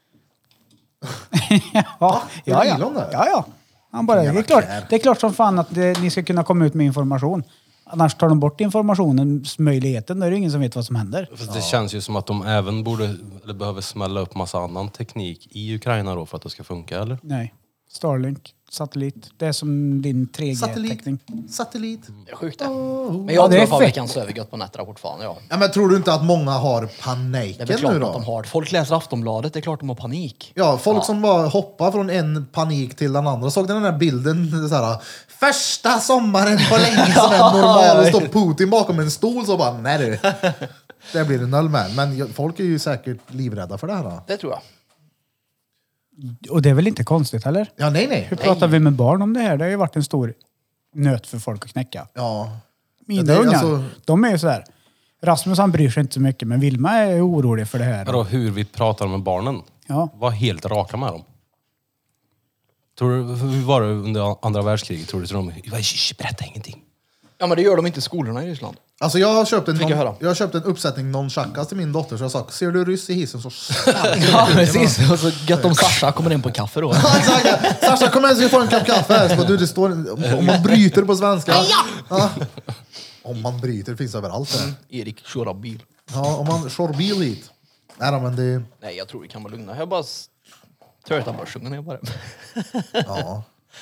ja, Gjorde ja, Elon ja. det? ja, ja. Han bara, det, Jävla är klart, kär. det är klart som fan att det, ni ska kunna komma ut med information. Annars tar de bort informationsmöjligheten, då är det ingen som vet vad som händer. Fast det känns ju som att de även borde, eller behöver smälla upp massa annan teknik i Ukraina då för att det ska funka, eller? Nej. Starlink, satellit. Det är som din tre Satellit. G-täckning. Satellit. Det är sjukt det. Men Ja, jag det tror är fan vi fett. kan söva gött på nätterna fortfarande, ja. Ja men tror du inte att många har Det paniken är väl klart nu då? att de har. Folk läser Aftonbladet, det är klart de har panik. Ja, folk Ja. som bara hoppar från en panik till den andra. Såg den där bilden? Så här, första sommaren på länge som är normal. Och står Putin bakom en stol så bara, nej du. Det blir det noll med. Men ju- folk är ju säkert livrädda för det här. Då. Det tror jag. Och det är väl inte konstigt heller? Ja, nej, nej. Hur pratar vi med barn om det här? Det har ju varit en stor nöt för folk att knäcka. Ja. Mina det är ungar, alltså- de är ju så här. Rasmus han bryr sig inte så mycket, men Vilma är orolig för det här. Vadå, hur vi pratar med barnen? Ja. Var helt raka med dem. Tror du, hur var det under andra världskriget? Tror du tror de, berätta ingenting. Ja, men det gör de inte i skolorna i Ryssland. Alltså jag har köpt en, Fick jag non, höra. jag har köpt en uppsättning nonchakas till min dotter så jag sa, ser du ryss i hissen så Ja, precis. Och så gött om Sasha kommer in på kaffe då. Ja, exakt. Sasha, kom igen så vi får en kopp kaffe. här. Så bara, du, det står, om man bryter på svenska. Ja. Om man bryter, det finns överallt det. Erik kör av bil. Ja, om man kör bil hit. Nej då, men det... Nej, jag tror vi kan vara lugna. Jag bara s- törtar börsungen när jag bara... Ja.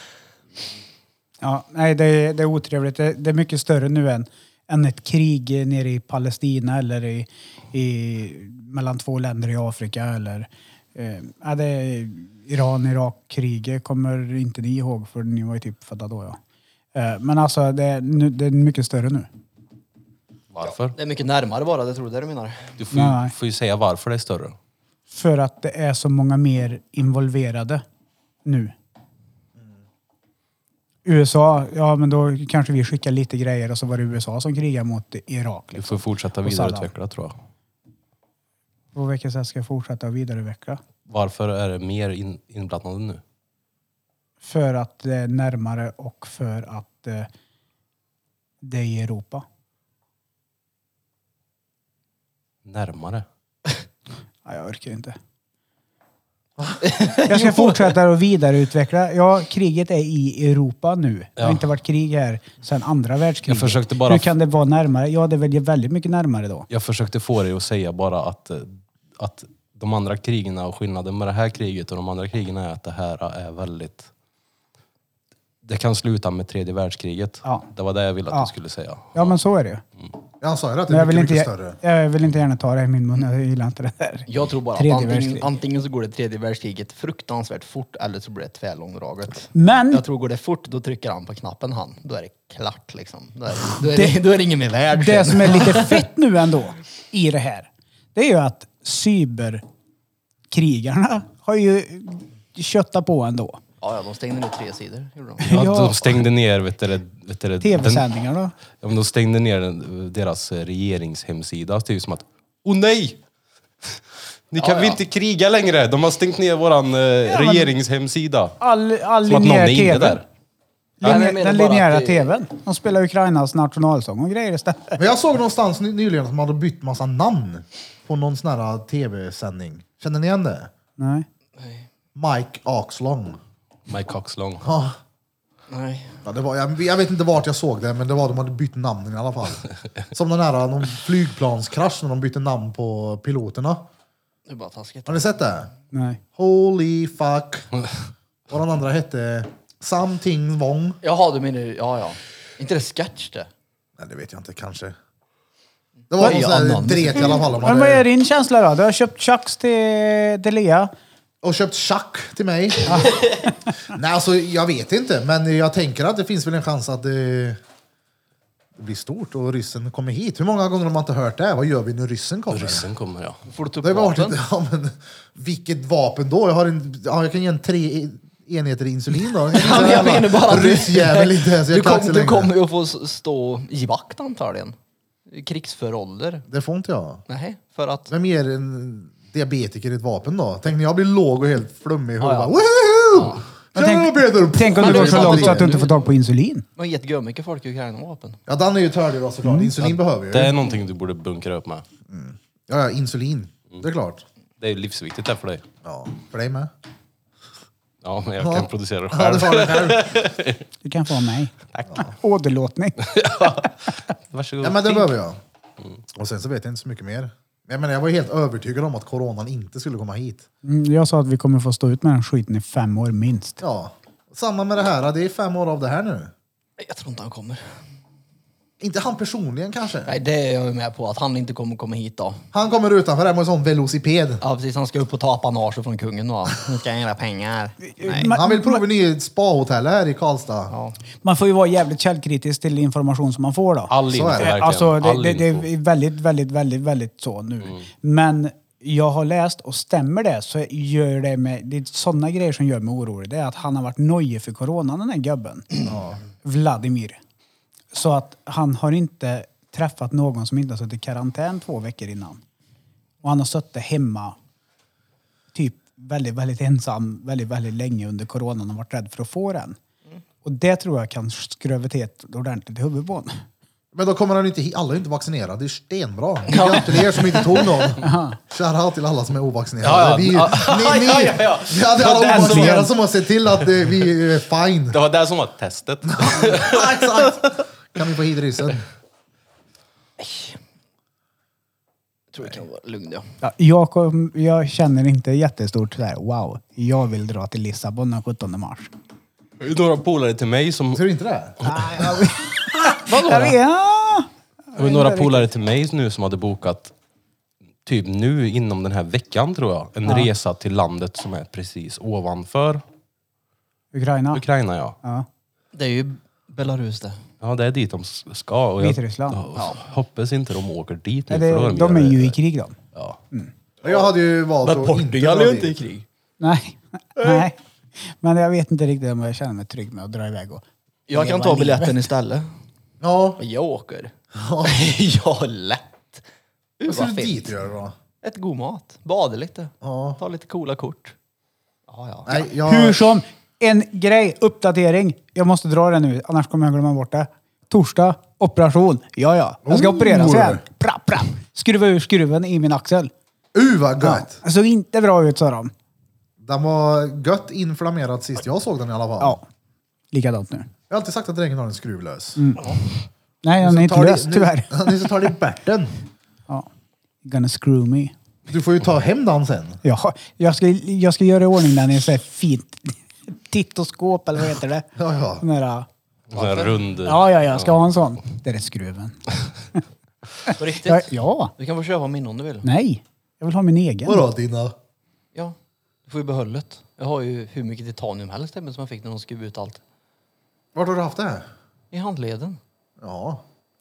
Ja, nej, det är, det är otrevligt. Det, det är mycket större nu än, än ett krig nere i Palestina eller i, i, mellan två länder i Afrika eller Eh, ja, det är Iran-Irak-kriget kommer inte ni ihåg för ni var ju typ födda då. Ja. Eh, men alltså det är, nu, det är mycket större nu. Varför? Det är mycket närmare bara, det tror du det du menar? Du får ju, Nej. får ju säga varför det är större. För att det är så många mer involverade nu. U S A, ja men då kanske vi skickar lite grejer och så var det U S A som krigar mot Irak. Du Liksom. får fortsätta Och Saddam. vidareutveckla tror jag. På vilket sätt ska jag fortsätta och vidareutveckla? Varför är det mer in, inblandade nu? För att det är närmare och för att eh, det är i Europa. Närmare? Ja, jag orkar inte. Jag ska fortsätta att vidareutveckla. Ja, kriget är i Europa nu. Det har Ja. inte varit krig här sedan andra världskriget. Jag försökte bara- Hur kan det vara närmare? Ja, det är väl väldigt mycket närmare då. Jag försökte få dig att säga bara att, eh, att de andra krigen och skillnaden med det här kriget och de andra krigen är att det här är väldigt... Det kan sluta med tredje världskriget. Ja. Det var det jag ville att Ja. du skulle säga. Ja, men så är det ju. Jag sa ju att det Men är jag vill, mycket, inte, mycket större. jag vill inte gärna ta det i min mun. Jag gillar inte det där. Jag tror bara att Tredje antingen, världskrig. antingen så går det tredje världskriget fruktansvärt fort eller så blir det tvärlångdraget. Men Jag tror går det fort, då trycker han på knappen han. Då är det klart liksom. Då är det, då är det, då är det ingen mer värld. det sen. som är lite fett nu ändå i det här, det är ju att cyberkrigarna har ju köttat på ändå. Ja, ja, de stängde ner tre sidor. Gjorde de. Ja, Ja. de stängde ner, vet du, vet du, den- Tv-sändningar då. Ja, men de stängde ner den, deras eh, regeringshemsida. Typ som att, åh nej! Ni kan Ja, vi ja. inte kriga längre? De har stängt ner våran eh, men- regeringshemsida. All, all Som att någon linjär är inne tv. där. Ja, men jag Linjär, menar den bara linjära att det- tvn. De spelar Ukrainas nationalsång och grejer istället. Men jag såg någonstans ny- nyligen att de hade bytt massa namn på någon sån här tv-sändning. Känner ni igen det? Nej. Mike Oxlong. Mike Coxlong. Ja, Nej. ja, det var, jag, jag vet inte vart jag såg det, men det var de hade bytt namnen i alla fall. Som den här någon flygplanskrasch när de bytte namn på piloterna. Det är bara taskigt. Har ni sett det? Nej. Holy fuck. Och den andra hette Something Wong. Jaha, du menar, ja ja. Inte det sketch det? Nej, det vet jag inte, kanske. Det var Vad någon är sån här annan? dret i alla fall. De Men vad är hade, din känsla då? Du har köpt Chucks till, till Lea. och köpt schack till mig. Nej, alltså jag vet inte. Men jag tänker att det finns väl en chans att det, det blir stort och ryssen kommer hit. Hur många gånger har man inte hört det? Vad gör vi när ryssen kommer? Ryssen kommer, ja. Får du ta upp Det har varit vapen? inte, ja, men, vilket vapen då? Jag, har en, ja, jag kan ge en tre enheter insulin då. Ja, men jag menar bara att du- Ryssjävel inte ens. Du, Jag kan kom, inte du längre. kommer ju att få s- stå i vakt antagligen. Krigsför ålder. Det får inte jag. Nej, för att... Vem ger en diabetiker ett vapen då? Tänk när jag blir låg och helt flummig i huvudet. Ja, ja. Woho! Men Tjena, tänk- Peter! Tänk om Men du går det är så ju långt sant. så att du inte får tag på insulin. Man har gett gömycket folk i Ukraina vapen. Ja, den är ju tördig då såklart. Insulin behöver Det ju. är någonting du borde bunkra upp med. Ja, ja, insulin. Det är klart. Det är livsviktigt där för dig. Ja, för dig med. Ja, men jag Ja. kan producera det Ja, själv. det får du själv. Du kan få mig. Åderlåtning. Varsågod. Ja, men det behöver jag. Och sen så vet jag inte så mycket mer. Men jag menar, jag var helt övertygad om att coronan inte skulle komma hit. Mm, Jag sa att vi kommer få stå ut med den skiten i fem år minst. Ja, samma med det här. Det är fem år av det här nu. Jag tror inte han kommer. Inte han personligen kanske. Nej, det är jag ju med på. Att han inte kommer komma hit då. Han kommer utanför här med en sån velociped. Ja, precis. Han ska upp och ta apanage från kungen då. Nu ska jag göra pengar. Nej. Men- Han vill prova nya spahotell här i Karlstad. Ja. Man får ju vara jävligt källkritisk till information som man får då. All Så info, är det. verkligen. Alltså det, All det, det info. är väldigt, väldigt, väldigt, väldigt så nu. Men jag har läst, och stämmer det så gör det med, det är sådana grejer som gör mig orolig. Det är att han har varit nojig för corona, den här gubben. Vladimir. Så att han har inte träffat någon som inte har suttit i karantän två veckor innan. Och han har suttit hemma typ väldigt, väldigt ensam väldigt, väldigt länge under coronan och varit rädd för att få den. Och det tror jag kan skruva till ett ordentligt i huvudet på honom. Men då kommer han inte hit. Alla är inte vaccinerade. Det är stenbra. Ja. Till er som inte tog någon. Shoutout till alla som är ovaccinerade. Ja, ja. Vi, Ja, ni, ni, ja, ja, ja. Vi hade alla Det är ovaccinerade så. som har sett till att eh, vi är fine. Det var det som var testet. Ja, exakt. Kan vi få hit ryssen? Jag tror det kan vara lugn, ja. Ja, jag, kom, jag känner inte jättestort sådär, wow, jag vill dra till Lissabon den sjuttonde mars. Det är några polare till mig som... Ser du inte det? Vadå? Jag vet, ja. Det var några polare till mig nu som hade bokat typ nu inom den här veckan tror jag. En Ja. resa till landet som är precis ovanför Ukraina. Ukraina, ja. Ja. Det är ju Belarus det. Ja, det är dit de s- ska. Och jag Vitryssland. ja, hoppas inte de åker dit nu. Nej, för då det, de de är gör ju det. i krig de. Ja. Jag hade ju valt att inte dra dit. krig. Nej. Nej. Men jag vet inte riktigt om jag känner mig trygg med att dra iväg och... Jag kan leva ta livet. biljetten istället. Ja, Jag åker. ja. Ja, lätt. Uh, Vad ska vad du dit fint. göra då? Ett god mat. Bada lite. Ja. Ta lite coola kort. Ja, ja. Nej, jag... Hur som, en grej, uppdatering. Jag måste dra det nu, annars kommer jag glömma bort det. Torsdag, operation. Ja, ja. Jag ska Oh. opereras igen. Prapp, prapp. Skruva ur skruven i min axel. Uh, vad Ja. gött! Det såg inte bra ut, sa de. Den var gött inflammerad sist jag såg den i alla fall. Ja. Likadant nu. Jag har alltid sagt att drängen har en skruvlös. Nej, den är inte lös, tyvärr. Nu, nu så tar det i bärten. Ja. Gonna screw me. Du får ju ta hem den sen. Ja, jag ska, jag ska göra i ordning den i så här fint tittoskåp, eller vad heter det? Ja, ja. Den där, En sån här rund... ja, ja, jag ska ha en sån. Där är skruven. På riktigt? Ja, ja. Du kan få köpa min om du vill. Nej. Jag vill ha min egen. Vadå dina? Ja. Du får ju behållet. Jag har ju hur mycket titanium helst hemma som jag fick när de skrev ut allt. Vart har du haft det här? I handleden. Ja.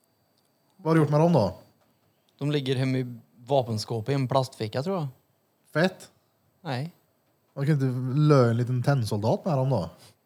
Vad har du gjort med dem då? De ligger hemma i vapenskåpet i en plastficka tror jag. Fett. Nej. Man kan inte lö en liten tennsoldat med dem då?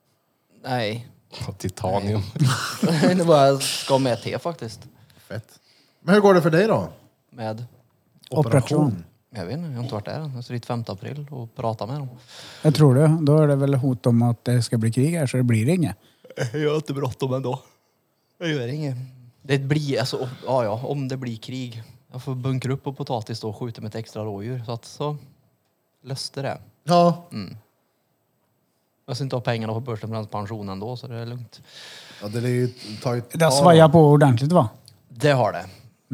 Nej. Titanium. Det var jag ska med te faktiskt. Fett. Men hur går det för dig då? Med. Operation. Jag vet inte, jag har inte varit där än. Jag ska dit femte april och prata med dem. Jag tror det. Då är det väl hot om att det ska bli krig här, så det blir inget. Jag har inte bråttom ändå. Jag gör inget. Det blir, alltså, ja ja, om det blir krig. Jag får bunkra upp på potatis då och skjuta med ett extra rådjur. Så att så löste det. Ja. Jag ska inte ha pengarna på börsen för hans pension ändå, så det är lugnt. Ja, det är ju... Ta ju Det har svajat på ordentligt, va? Det har det.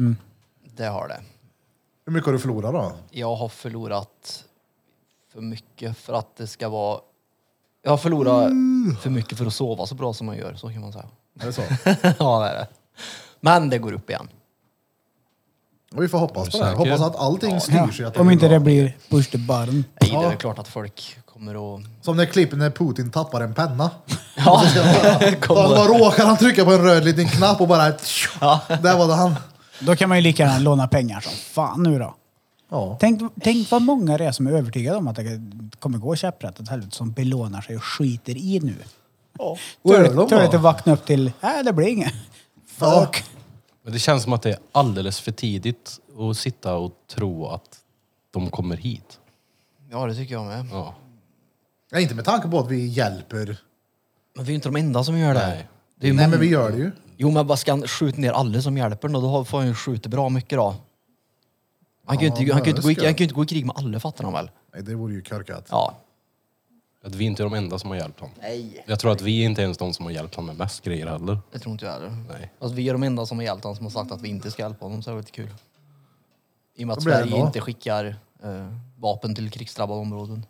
Det har det. Hur mycket har du förlorat då? Jag har förlorat för mycket för att det ska vara... Jag har förlorat för mycket för att sova så bra som man gör, så kan man säga. Är det så? Ja, det är det. Men det går upp igen. Och vi får hoppas på det. Säker? Hoppas att allting Ja. styrs i att Om blir inte bra. det blir push the button. Nej, det är Ja. väl klart att folk kommer att... Som när klippen när Putin tappar en penna. Ja, Då bara råkar han trycka på en röd liten knapp och bara... Där var det han. Då kan man ju lika gärna låna pengar som fan nu då. Ja. Tänk, tänk vad många det är som är övertygade om att det kommer gå käpprätt åt helvete, som belånar sig och skiter i nu. ja. Vad gör de Tur då? att vakna upp till, nej det blir inget. Ja. Fuck. Men det känns som att det är alldeles för tidigt att sitta och tro att de kommer hit. Ja, det tycker jag med. Ja. Ja, inte med tanke på att vi hjälper. Men vi är inte de enda som gör det. Nej. Det är ju Nej, många- men vi gör det ju. Jo, men bara ska han skjuta ner alla som hjälper då, då får han ju skjuta bra mycket då. Han kan ju Ja, inte, han kan ju inte, gå i- ska. han kan ju inte gå i krig med alla, fattar han väl? Nej, det vore ju körkat. Ja. Att vi inte är de enda som har hjälpt honom. Nej. Jag tror att vi inte är ens de som har hjälpt honom med mest grejer heller. Det tror inte jag heller. Nej. Alltså, vi är de enda som har hjälpt honom som har sagt att vi inte ska hjälpa honom, så det är lite kul. I och med att Då blir det Sverige bra. inte skickar eh, vapen till krigsdrabbade områden.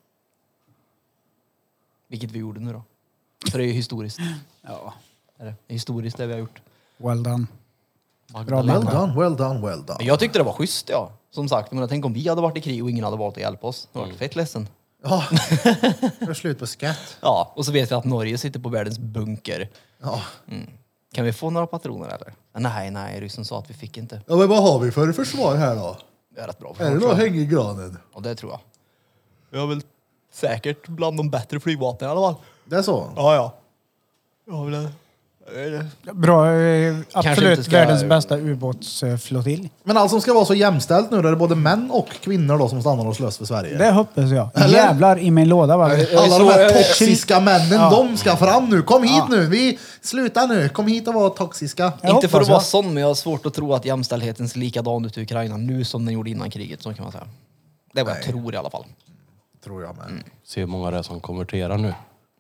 Vilket vi gjorde nu då. För det är ju historiskt. Ja. Är det? det är historiskt det vi har gjort. Well done. Magdalena. Well done, well done, well done. Men jag tyckte det var schysst, ja. Som sagt, men jag tänk om vi hade varit i krig och ingen hade valt att hjälpa oss. Jag hade varit fett ledsen. Ja. Det är slut på skatt. Ja, och så vet jag att Norge sitter på världens bunker. Ja. Kan vi få några patroner eller? Nej, nej, ryssen sa att vi fick inte. Ja, men vad har vi för försvar här då? Det är rätt bra. Är det någon häng i granen? Och det tror jag. Jag är väl säkert bland de bättre flygvapnen i alla fall. Det är så? Ja, ja. Ja, väl det. Bra, eh, inte absolut ska- världens bästa ubåtsflottilj. Men allt som ska vara så jämställt nu, då är det både män och kvinnor då som stannar och slåss för Sverige. Det hoppas jag. Eller? Jävlar i min låda. Va? Alla de så- här jag- toxiska männen, Ja. de ska fram nu. Kom hit Ja. nu. Vi slutar nu. Kom hit och var toxiska. Jag Inte för hoppas att vara jag. sån, men jag har svårt att tro att jämställdheten ser likadan ut i Ukraina nu som den gjorde innan kriget, så kan man säga. Det är vad jag Nej. tror i alla fall. Tror jag med. Se hur många det är som konverterar nu.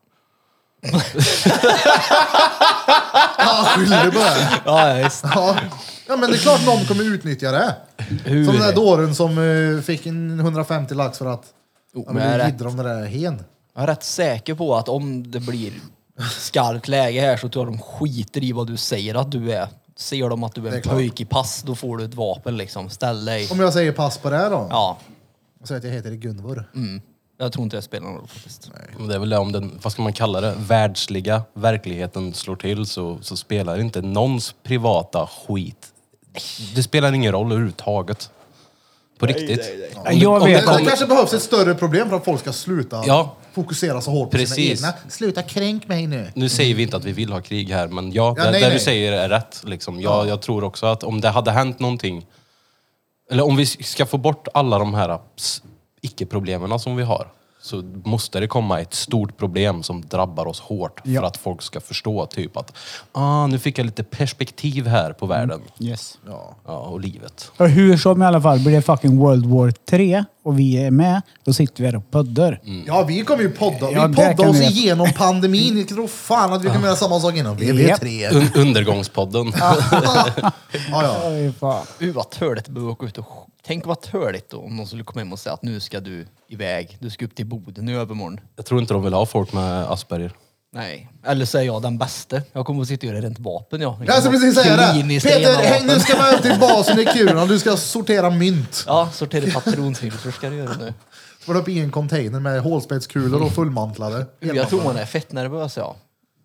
Ja, skyller du på det? Ja, visst. Ja. Ja, men det är klart någon kommer utnyttja det. Hur? Som den där dåren som eh, fick en hundrafemtio lax för att Jo, han men jag, är ville rätt, jiddra om det där hen. jag är rätt säker på att om det blir skarpt läge här så tror jag de skiter i vad du säger att du är. Ser de att du är Det är en klart. pöjk i pass, då får du ett vapen liksom. Ställ dig. Om jag säger pass på det här då? Ja, Och säger att jag heter Gunvor. mm. Jag tror inte det spelar någon roll faktiskt. Men det är väl det, om den, vad ska man kalla det, världsliga verkligheten slår till så, så spelar inte någons privata skit. Det spelar ingen roll överhuvudtaget. På riktigt. Om det- Jag om vet det- Det om- kanske behövs ett större problem för att folk ska sluta Ja. fokusera så hårt på Precis. sina egna. Sluta kränk mig nu. Nu säger vi inte att vi vill ha krig här, men ja, Ja, det, nej, det nej. du säger är rätt. Liksom. Jag, Ja. jag tror också att om det hade hänt någonting, eller om vi ska få bort alla de här s- icke-problemen som vi har, så måste det komma ett stort problem som drabbar oss hårt Ja. för att folk ska förstå typ att ah, nu fick jag lite perspektiv här på världen. Yes. Ja. Ja, och livet. Och hur som i alla fall, blir det fucking World War tre och vi är med, då sitter vi här och poddar. Ja, vi kommer ju podda. Ja, vi det poddar kan oss vi- igenom pandemin. Jag tror fan att vi kommer göra samma sak inom V V tre. Un- undergångspodden. Ja, ja. Oj, fan. Uh, vad törligt att behöva åka ut och... Tänk vad törligt då om någon skulle komma hem och säga att nu ska du iväg. Du ska upp till Boden i övermorgon. Jag tror inte de vill ha folk med Asperger. Nej. Eller så är jag den bästa. Jag kommer att sitta och göra rent vapen, ja. Jag ska precis säga det. Kliniskt Peter, rena häng, nu vapen. ska man upp till basen i Kiruna. Du ska sortera mynt. Ja, sortera patronhylsor ska du göra nu. Får upp i en container med hålspetskulor och fullmantlade. Jag tror man är fett nervös, ja.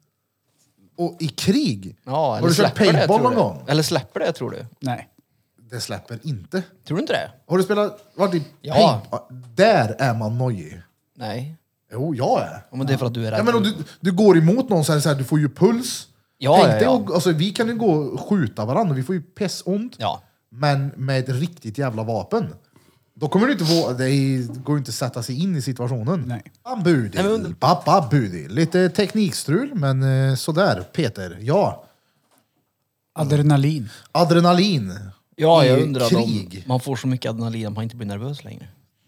Och i krig? Ja, eller Har du kört släpper det, paintball tror någon du? gång? Eller släpper det, tror du? Nej. Det släpper inte. Tror du inte det? Har du spelat... Varit i Ja. paint? Där är man nojig. Nej. Jo, jag är. Ja, men det är för att du är rädd. Ja, men om du, du går emot någon så är det så här, du får ju puls. Ja, Tänk ja, dig, ja. och- alltså, vi kan ju gå och skjuta varandra, vi får ju pissont. Ja. Men med ett riktigt jävla vapen. Då kommer du inte våga, det är- går ju inte att sätta sig in i situationen. Nej. Budil, Nej, men- pappa budil. Lite teknikstrul, men eh, sådär. Peter, ja. Adrenalin. Adrenalin. Ja, jag i undrar krig. om man får så mycket adrenalin att man inte blir nervös längre.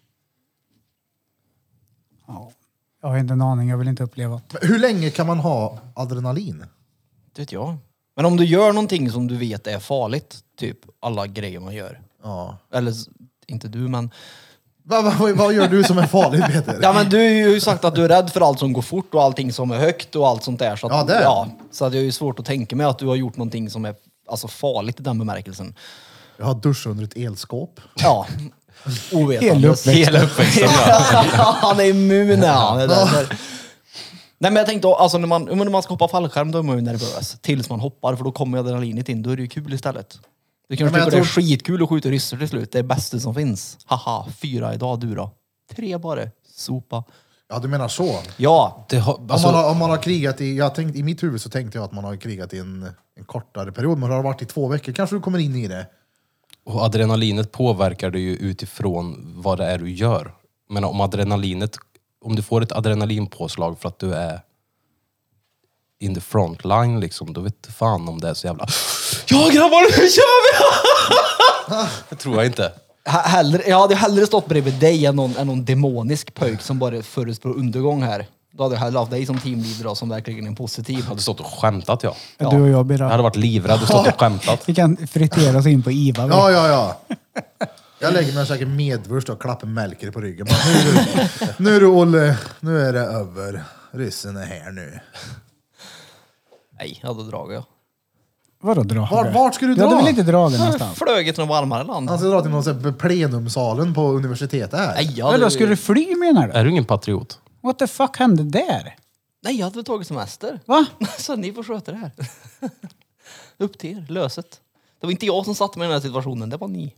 Ja. Jag har inte en aning, jag vill inte uppleva. Men hur länge kan man ha adrenalin? Det vet jag. Men om du gör någonting som du vet är farligt, typ alla grejer man gör. Ja. Eller s- inte du, men... Vad, vad, vad gör du som är farligt, Peter? Ja, men du har ju sagt att du är rädd för allt som går fort och allting som är högt och allt sånt där. Så att, Ja, det är. ja, så att det är ju svårt att tänka mig att du har gjort någonting som är alltså, farligt i den bemärkelsen. Jag har duschat under ett elskåp. Ja. Ovetandes. Hela uppväxten. Hela uppväxten, ja. Han är immun, ja. Det där, det där. Nej, men jag tänkte, alltså, när, man, när man ska hoppa fallskärm då är man ju nervös. Tills man hoppar, för då kommer adrenalinet in. Då är det ju kul istället. Du kanske Ja, men tycker jag det är skitkul att skjuta ryssar till slut. Det är det bästa som finns. Haha, fyra idag, du då? Tre bara. Sopa. Ja, du menar så. Ja. Det har, Om, alltså, man har, om man har krigat i, jag tänkte, i mitt huvud så tänkte jag att man har krigat i en, en kortare period, men har det varit i två veckor kanske du kommer in i det. Och adrenalinet påverkar dig ju utifrån vad det är du gör. Men om adrenalinet, om du får ett adrenalinpåslag för att du är in the front line liksom, då vet du fan om det är så jävla ja grabbar, nu kör vi! Det tror jag inte. H- Hellre, jag hade hellre stått bredvid dig än någon, än någon demonisk pöjk som bara förutspår undergång här. Då hade jag hellre haft dig som teamleader då, som verkligen är positiv. Jag hade stått och skämtat, ja. Ja. Du och jag, Jag Birra. hade varit livrädd och stått och skämtat. Vi kan fritera oss in på IVA. vi. Ja, ja, ja. Jag lägger mig och käkar medvurst och klappar Melker på ryggen. Bara, nu, är du, nu är du Olle, nu är det över. Ryssen är här nu. Nej, jag hade dragit. Ja. Vadå dra? Vart- vart ska du Du hade dra? väl inte dragit någonstans? Flög till något varmare land. Han ska dra till någon sån här plenumsalen på universitetet här. Nej, jag Eller hade, skulle du fly menar du? Är du ingen patriot? What the fuck hände där? nej, jag hade väl tagit semester. Va? Så ni får sköta det här. Upp till er, löset. Det var inte jag som satte mig i den här situationen, det var ni.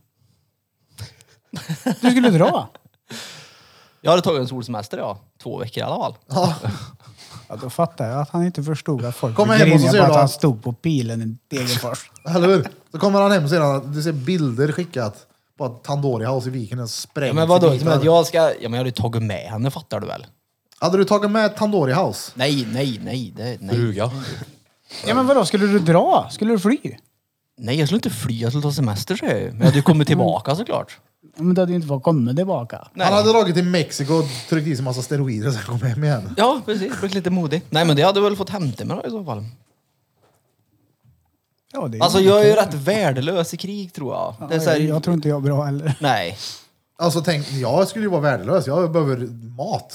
Du skulle dra? Jag hade tagit en solsemester, ja. Två veckor i alla fall. Ja. Ja, då fattar jag att han inte förstod att folk Kom blev hem och så griniga ser på du att han att- stod på pilen i Degerfors. Eller hur? Så kommer han hem och ser han, du ser bilder skickat på att Tandoori House i viken är sprängt. Ja, men vadå? i Som att bitar. jag ska... Ja, men jag hade ju tagit med henne, fattar du väl? Hade du tagit med Tandoori House? Nej, nej, nej. Det, nej. Fruga. Ja men vadå, skulle du dra? Skulle du fly? nej, jag skulle inte fly, jag skulle ta semester, så jag ju. Men jag hade ju kommit tillbaka såklart. Ja, men du hade ju inte fått komma tillbaka. Nej. Han hade dragit till Mexiko och tryckt i sig massa steroider och sen kom hem igen. Ja, precis. Blivit lite modig. Nej, men det hade väl fått hämta mig då, i så fall. Ja, det är Alltså, ju jag är ju okej. rätt värdelös i krig, tror jag. Det är Ja, så här, jag tror inte jag är bra heller. Nej. Alltså tänk, jag skulle ju vara värdelös, jag behöver mat.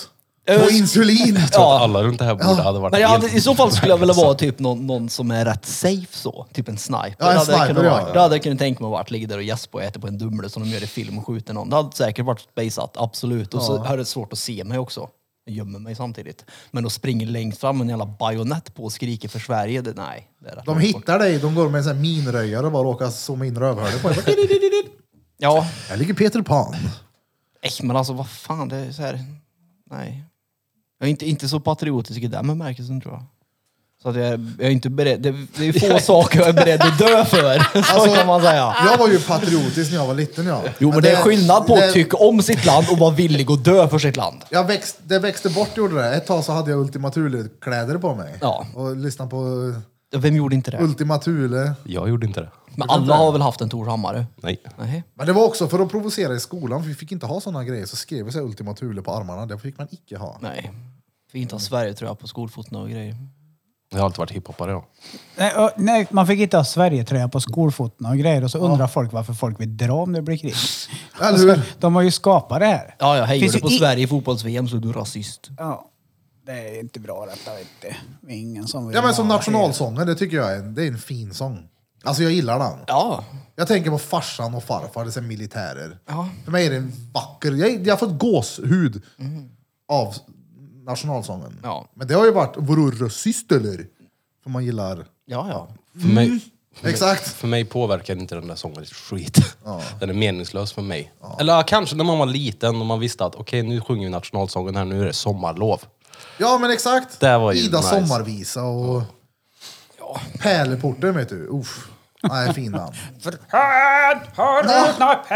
På insulin! Jag tror att alla runt det här bordet hade varit Men jag hade, helt... i så fall skulle jag vilja vara typ någon, någon som är rätt safe så. Typ en sniper. Ja, en Det hade jag sniper, kunnat ja. vara. Då hade jag kunnat tänka mig att vara ligga där och gäspa och äta på en Dumle som de gör i film och skjuter någon. Det hade säkert varit spejsat, absolut. Och så har det svårt att se mig också. Jag gömmer mig samtidigt. Men att springa längst fram med en jävla bajonett på och skrika för Sverige, det, nej. Det är rätt De långt bort. hittar dig, de går med en sån här minröjare och bara råkar zooma in rövhålet på dig. Ja, Här ligger Peter Pan. eh, men alltså vad fan, det är så här... Nej. Jag är inte, inte så patriotisk i den bemärkelsen tror jag. Så att jag, är- jag är inte beredd, det, det är få saker jag är beredd att dö för. Så Alltså, kan man säga. Jag var ju patriotisk när jag var liten, ja. Jo men det är skillnad på det- att tycka om sitt land och vara villig att dö för sitt land. Jag växt, det växte bort, gjorde det. Ett tag så hade jag Ultima Thule-kläder på mig. Ja. Och lyssnade på Vem gjorde inte det? Ultima Thule. Jag gjorde inte det. Men alla har väl haft en Tor Hammare? Nej. Nej. Men det var också för att provocera i skolan, för vi fick inte ha såna grejer. Så skrev vi så här Ultima Thule på armarna, det fick man icke ha. Nej. Fick inte ha Sverige tror jag på skolfotona och grejer. Jag har alltid varit hiphoppare ja. Nej, och, nej, man fick inte ha Sverigetröja på skolfotona och grejer och så undrar folk varför folk vill dra om det blir krig. Eller hur? De har ju skapat det här. Ja, jag hejar Finns du ju på i- Sverige i fotbolls-V M så är du rasist. Ja. Det är inte bra detta, vet du. Det är ingen som vill Ja men som ha nationalsången, det tycker jag är en, det är en fin sång. Alltså jag gillar den. Ja. Jag tänker på farsan och farfar, det är så här militärer. Ja. För mig är det en vacker, jag, jag har fått gåshud av nationalsången. Ja. Men det har ju varit, vore du rasist eller? För man gillar, Ja, ja. För, mig, exakt. för mig påverkar inte den där sången ett skit. Den är meningslös för mig. Eller ja, kanske när man var liten och man visste att okej nu sjunger vi nationalsången här, nu är det sommarlov. Ja men exakt. Det var ju Ida nice. sommarvisa och Pärleporten vet du. Uff. Nej, fin namn. Här har öppnat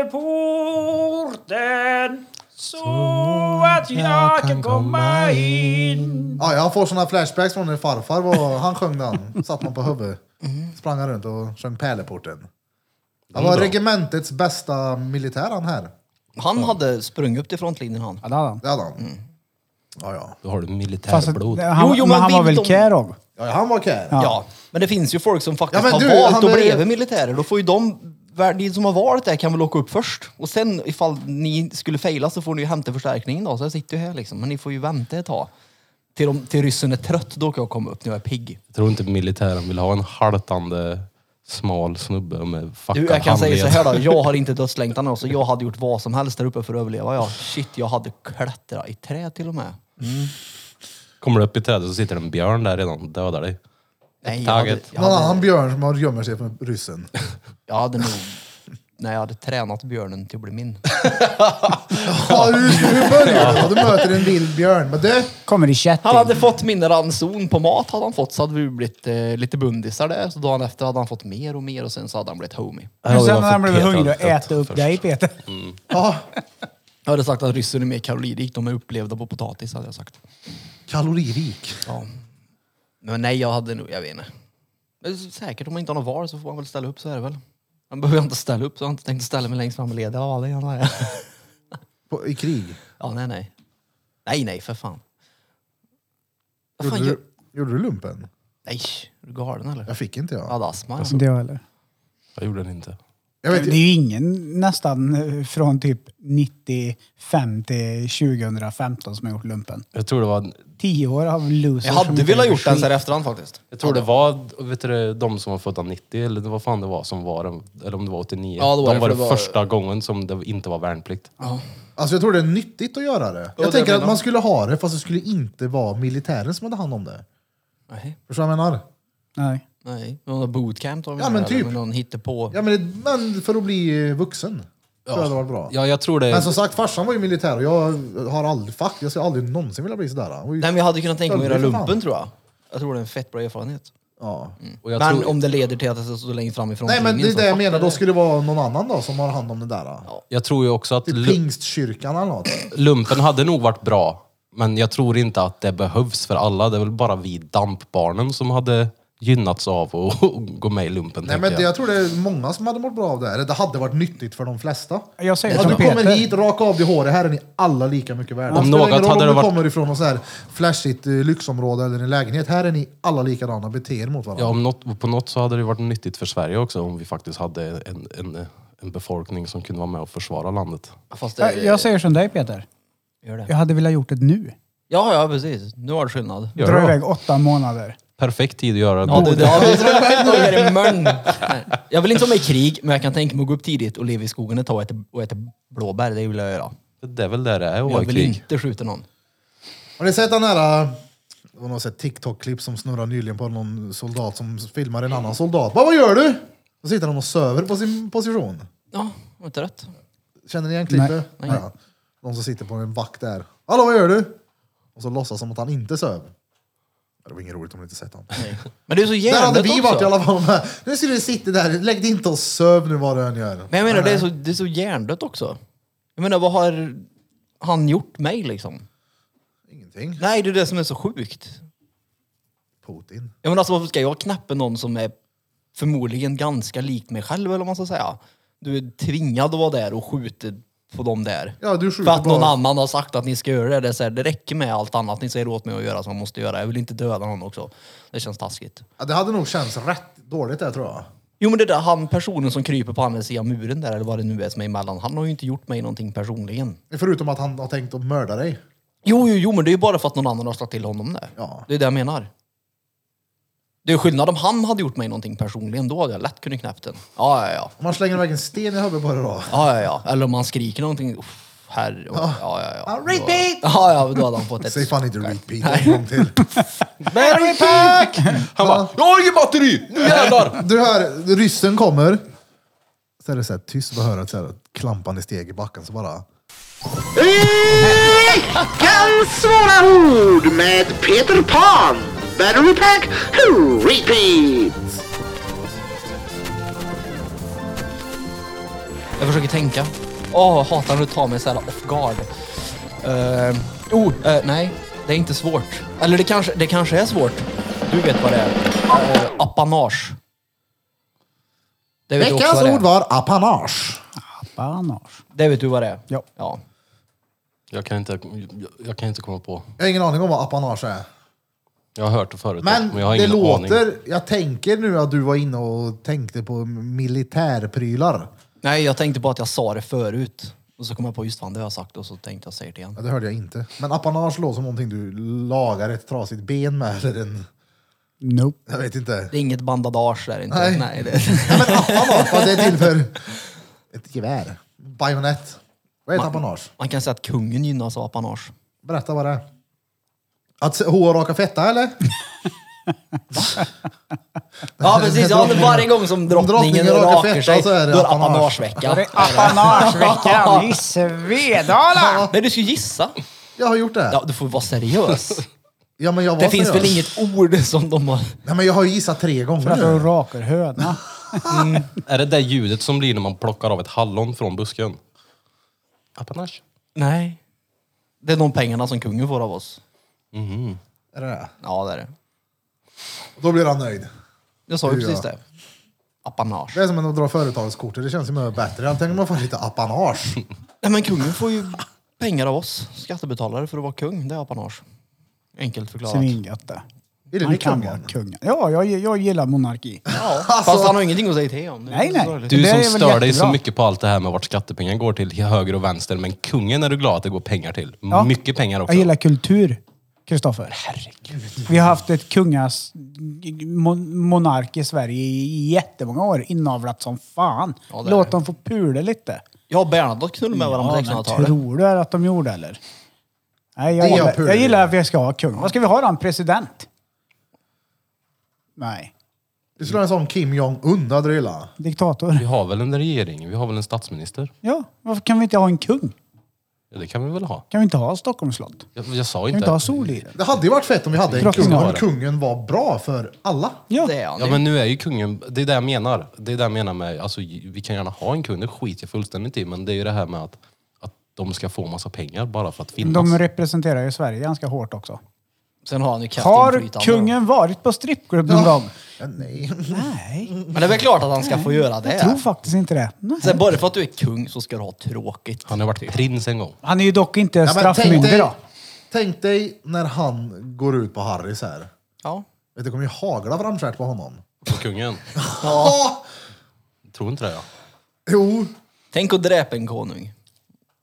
pärleporten så att jag kan komma in. Ja, jag får såna flashbacks från när farfar var, han sjöng den. Satt man på huvudet. Sprang han runt och sjöng Pärleporten. Han var regementets bästa militär han här. Han hade sprungit upp till frontlinjen han. Ja, det hade han. Det hade han. Ja, ja. Då har du Fast, militärblod. han, Jo, jo, men men han var vill väl de- kärog? Ja, han var kär. Ja. Men det finns ju folk som faktiskt Ja, men har du, valt han att är- bli militärer. Då får ju de, de som har varit där kan väl åka upp först. Och sen ifall ni skulle fejla så får ni ju hämta förstärkningen då. Så jag sitter ju här liksom. Men ni får ju vänta ett tag. Till, de, till ryssen är trött, då kan jag komma upp när jag är pigg. Jag tror inte militären vill ha en haltande smal snubbe med fuckad Du, jag kan säga så handled. här då, jag har inte dödslängtan alltså. Jag hade gjort vad som helst där uppe för att överleva. Ja, shit, jag hade klättrat i träd till och med. Kommer du upp i trädet så sitter en björn där redan och dödar dig. Nej, jag hade, Taget. jag Någon hade, annan björn som har gömmer sig från ryssen. jag hade nog... Nej, jag hade tränat björnen till att bli min. Ja, hur, hur börjar det? Du möter en vild björn. Men det, Kommer i kätting. Han hade fått min ranson på mat hade han fått, så hade vi blivit eh, lite bundisar där. Så dagen efter hade han fått mer och mer och sen så hade han blivit homie. Men sen när han blev Peter hungrig och hade dött äta upp först. dig, Peter. ja, Jag hade sagt att ryssen är mer kaloririk, de är upplevda på potatis hade jag sagt. kaloririk. Ja. Men nej, jag hade nog, jag vet inte. Men säkert om man inte har något val så får man väl ställa upp, så är det väl. Man behöver inte ställa upp, så jag har inte tänkt ställa mig längst fram och leda. Ja, det gör jag. På, I krig. Ja, nej, nej. Nej, nej, för fan. Vad fan Gjorde gör... du, gjorde du lumpen? Nej, är du galen eller? Jag fick inte jag. Jag hade astma. Inte jag heller. Jag gjorde den inte. Jag vet, Det är ju ingen nästan eh, från typ nittiofem till tjugohundrafemton som har gjort lumpen. Jag tror det var, Tio år av losers. Jag som hade inte velat gjort gjort den skit. så här i efterhand faktiskt. jag tror det var vet du, de som var födda nittio eller vad fan det var som var den, eller om det var åttionio. Ja, det var de det, var för det det var- första gången som det inte var värnplikt. alltså jag tror det är nyttigt att göra det. Jag det tänker menar. att man skulle ha det fast det skulle inte vara militären som hade hand om det. Nej, Förstår du vad jag menar? Nej. nej. Någon bootcamp då? Ja, men typ. Eller någon hittepå. Ja, men, det, men för att bli vuxen. Ja. Tror jag det var bra. Ja, jag tror det. Men som sagt, farsan var ju militär och jag har aldrig, fuck, jag skulle aldrig någonsin vilja bli sådär. Och, Nej, men jag hade kunnat tänka mig att göra För fan. lumpen tror jag. Jag tror det är en fett bra erfarenhet. ja. och jag Men tror, om det leder till att det står längst fram i Nej frontlinjen. men det är så det jag fuck menar, det. då skulle det vara någon annan då som har hand om det där. jag tror ju också att Typ lu- Pingstkyrkan eller något. lumpen hade nog varit bra. Men jag tror inte att det behövs för alla. Det är väl bara vi dampbarnen som hade gynnats av att gå med i lumpen. Nej tänker men det, jag. jag tror det är många som hade mått bra av det här. Det hade varit nyttigt för de flesta. Jag säger Ja, som du kommer Peter. hit, raka av dig håret, här är ni alla lika mycket värda. Om Det spelar något ingen roll hade om det du varit- kommer ifrån något så här flashigt eh, lyxområde eller en lägenhet. Här är ni alla likadana, bete er mot varandra. Ja, om något, på något så hade det varit nyttigt för Sverige också om vi faktiskt hade en, en, en befolkning som kunde vara med och försvara landet. Fast det, Jag, jag säger som dig, Peter. Gör det. Jag hade velat gjort det nu. Ja, ja, precis. Nu har det skillnad. Gör Dra det då. iväg åtta månader. Perfekt tid att göra det. Ja, det, ja, det är det mörn. Jag vill inte vara med i krig, men jag kan tänka mig att gå upp tidigt och leva i skogen ett tag och äta, och äta blåbär. Det vill jag göra. Det är väl där det är att Jag vara i vill krig. inte skjuta någon. Har ni sett den här... Det var något sånt TikTok-klipp som snurrar nyligen på någon soldat som filmar en annan soldat. Vad, vad gör du? Då sitter han och söver på sin position. Ja, var inte rätt. Känner ni igen klippet? Nej. Ja. Någon som sitter på en vakt där. Hallå, vad gör du? Och så låtsas som att han inte söv. Det var inget roligt om ni inte sett han. Nej. Men det är så Där hade hjärndött vi också. varit i alla fall med. Nu ser du sitta där, lägg dig inte och söv nu vad du än gör. Men jag menar, det är, så, det är så hjärndött också. Jag menar, vad har han gjort mig liksom? Ingenting. Nej, det är det som är så sjukt. Putin. Jag menar, alltså, varför ska jag knäppa någon som är förmodligen ganska lik mig själv, eller vad man ska säga? Du är tvingad att vara där och skjuta på dem där. Ja, du skjuter För att någon bara. annan har sagt att ni ska göra det. Det, är så här, det räcker med allt annat ni säger åt mig att göra som man måste göra. Jag vill inte döda någon också. Det känns taskigt. Ja, det hade nog känts rätt dåligt där tror jag. Jo, men det där han personen som kryper på andra sidan muren där, eller vad det nu är som är emellan, han har ju inte gjort mig någonting personligen. Förutom att han har tänkt att mörda dig. Jo, jo, jo, men det är ju bara för att någon annan har slagit till honom där. Ja. Det är det jag menar. Det är skillnad om han hade gjort mig någonting personligen, då hade jag lätt kunnat knäppt den. Ja, ja, ja. Om man slänger iväg en sten i huvudet på det då. Ja, ja, ja. Eller om man skriker någonting. Uff, herre. Ja, ja, ja. Ja, repeat! Då, ja, ja, då hade han fått ett... Säg fan inte repeat en gång till. Battery pack! Han bara, jag har inget batteri! Nu jävlar! Du hör, ryssen kommer. Så är det så här tyst, bara höra ett så här klampande steg i backen så bara... Veckans svåra ord med Peter Pan. Battery pack, repeat. Jag försöker tänka. Åh, oh, hatar när du tar mig så här off guard. Uh, oh, uh, nej. Det är inte svårt. Eller det kanske, det kanske är svårt. Du vet vad det är. Uh, apanage. Det vet du också Veckans vad det är. ord var apanage. Banage. Det vet du vad det är? Ja. Ja. Jag kan inte, jag, jag kan inte komma på. Jag har ingen aning om vad apanage är. Jag har hört det förut. Men, jag har det ingen låter... aning. Jag tänker nu att du var inne och tänkte på militärprylar. Nej, jag tänkte på att jag sa det förut. Och så kom jag på just fan det har jag sagt och så tänkte jag säga det igen. Ja, det hörde jag inte. Men apanage låter som någonting du lagar ett trasigt ben med eller en... Nope. Jag vet inte. Det är inget bandage där inte. Nej. Nej det... Nej, men apanage, vad det är till för... Ett gevär. Bajonett. Vad är ett apanage? Man kan säga att kungen gynnas av apanage. Berätta vad det är. Att hår raka fetta eller? Ja precis, ja, men varje gång som drottningen, drottningen rakar rakar fetta sig, så är det då är det apanage. apanagevecka. Det är apanageveckan i Svedala! Nej, du ska gissa. Jag har gjort det. Ja, du får vara seriös. Ja, men jag var Det finns väl seriös. inget ord som de har... Nej, men jag har ju gissat tre För att gånger du nu. rakar höna. Är det det ljudet som blir när man plockar av ett hallon från busken? Apanage. Nej. Det är de pengarna som kungen får av oss. Är det det? Ja, det är det. Då blir han nöjd. Jag sa ju Ja. precis det. Apanage. Det är som att dra företagskortet. Det känns ju mycket bättre. Jag tänker man får lite apanage. Nej, men kungen får ju pengar av oss skattebetalare för att vara kung. Det är apanage. Enkelt förklarat. Svingött det. Är det Man ni kan kungen? vara kungen. Ja, jag, jag gillar monarki. Ja, fast han har ingenting att säga till om. Nej, nej. Du Det som är väl stör dig så jättebra. mycket på allt det här med vart skattepengar går till höger och vänster. Men kungen är du glad att det går pengar till. Ja. Mycket pengar också. Jag gillar kultur, Kristoffer. Herregud. Vi har haft ett kungas mon- monark i Sverige i jättemånga år. Inavlat som fan. Ja, det är Låt det. dem få pula lite. Jag och Bernhard knullade med varandra på Ja, men sexhundratalet. tror du att de gjorde eller? Nej, jag, Det är gillar, pul. jag gillar att vi ska ha kung. Vad ska vi ha då? En president? Nej. Du skulle ha en sån Kim Jong-Un, det hade du gillat. Diktator. Vi har väl en regering, vi har väl en statsminister. Ja, varför kan vi inte ha en kung? Ja, det kan vi väl ha. Kan vi inte ha Stockholms slott? Jag, jag sa Kan vi inte. inte ha Soliden? Det hade ju varit fett om vi hade en Drottning kung. har Om det. kungen var bra för alla. Ja. Det är han Ja ju. men nu är ju kungen, det är det jag menar. Det är det jag menar med, alltså vi kan gärna ha en kung, det skiter jag fullständigt i. Men det är ju det här med att, att de ska få massa pengar bara för att finnas. De representerar ju Sverige ganska hårt också. Sen har han ju Har inflytande. kungen varit på strippklubb någon gång? Ja, nej. Nej. Men det är väl klart att han ska få göra det. Jag tror faktiskt inte det. Nej. Sen bara för att du är kung så ska du ha tråkigt. Han har varit prins en gång. Han är ju dock inte Ja, men tänk, straffmyndig dig, då. tänk dig när han går ut på Harrys här. Ja. Vet du, det kommer ju hagla framskärt på honom. På kungen. Ja. Tror inte det ja. Jo. Tänk att dräpa en konung.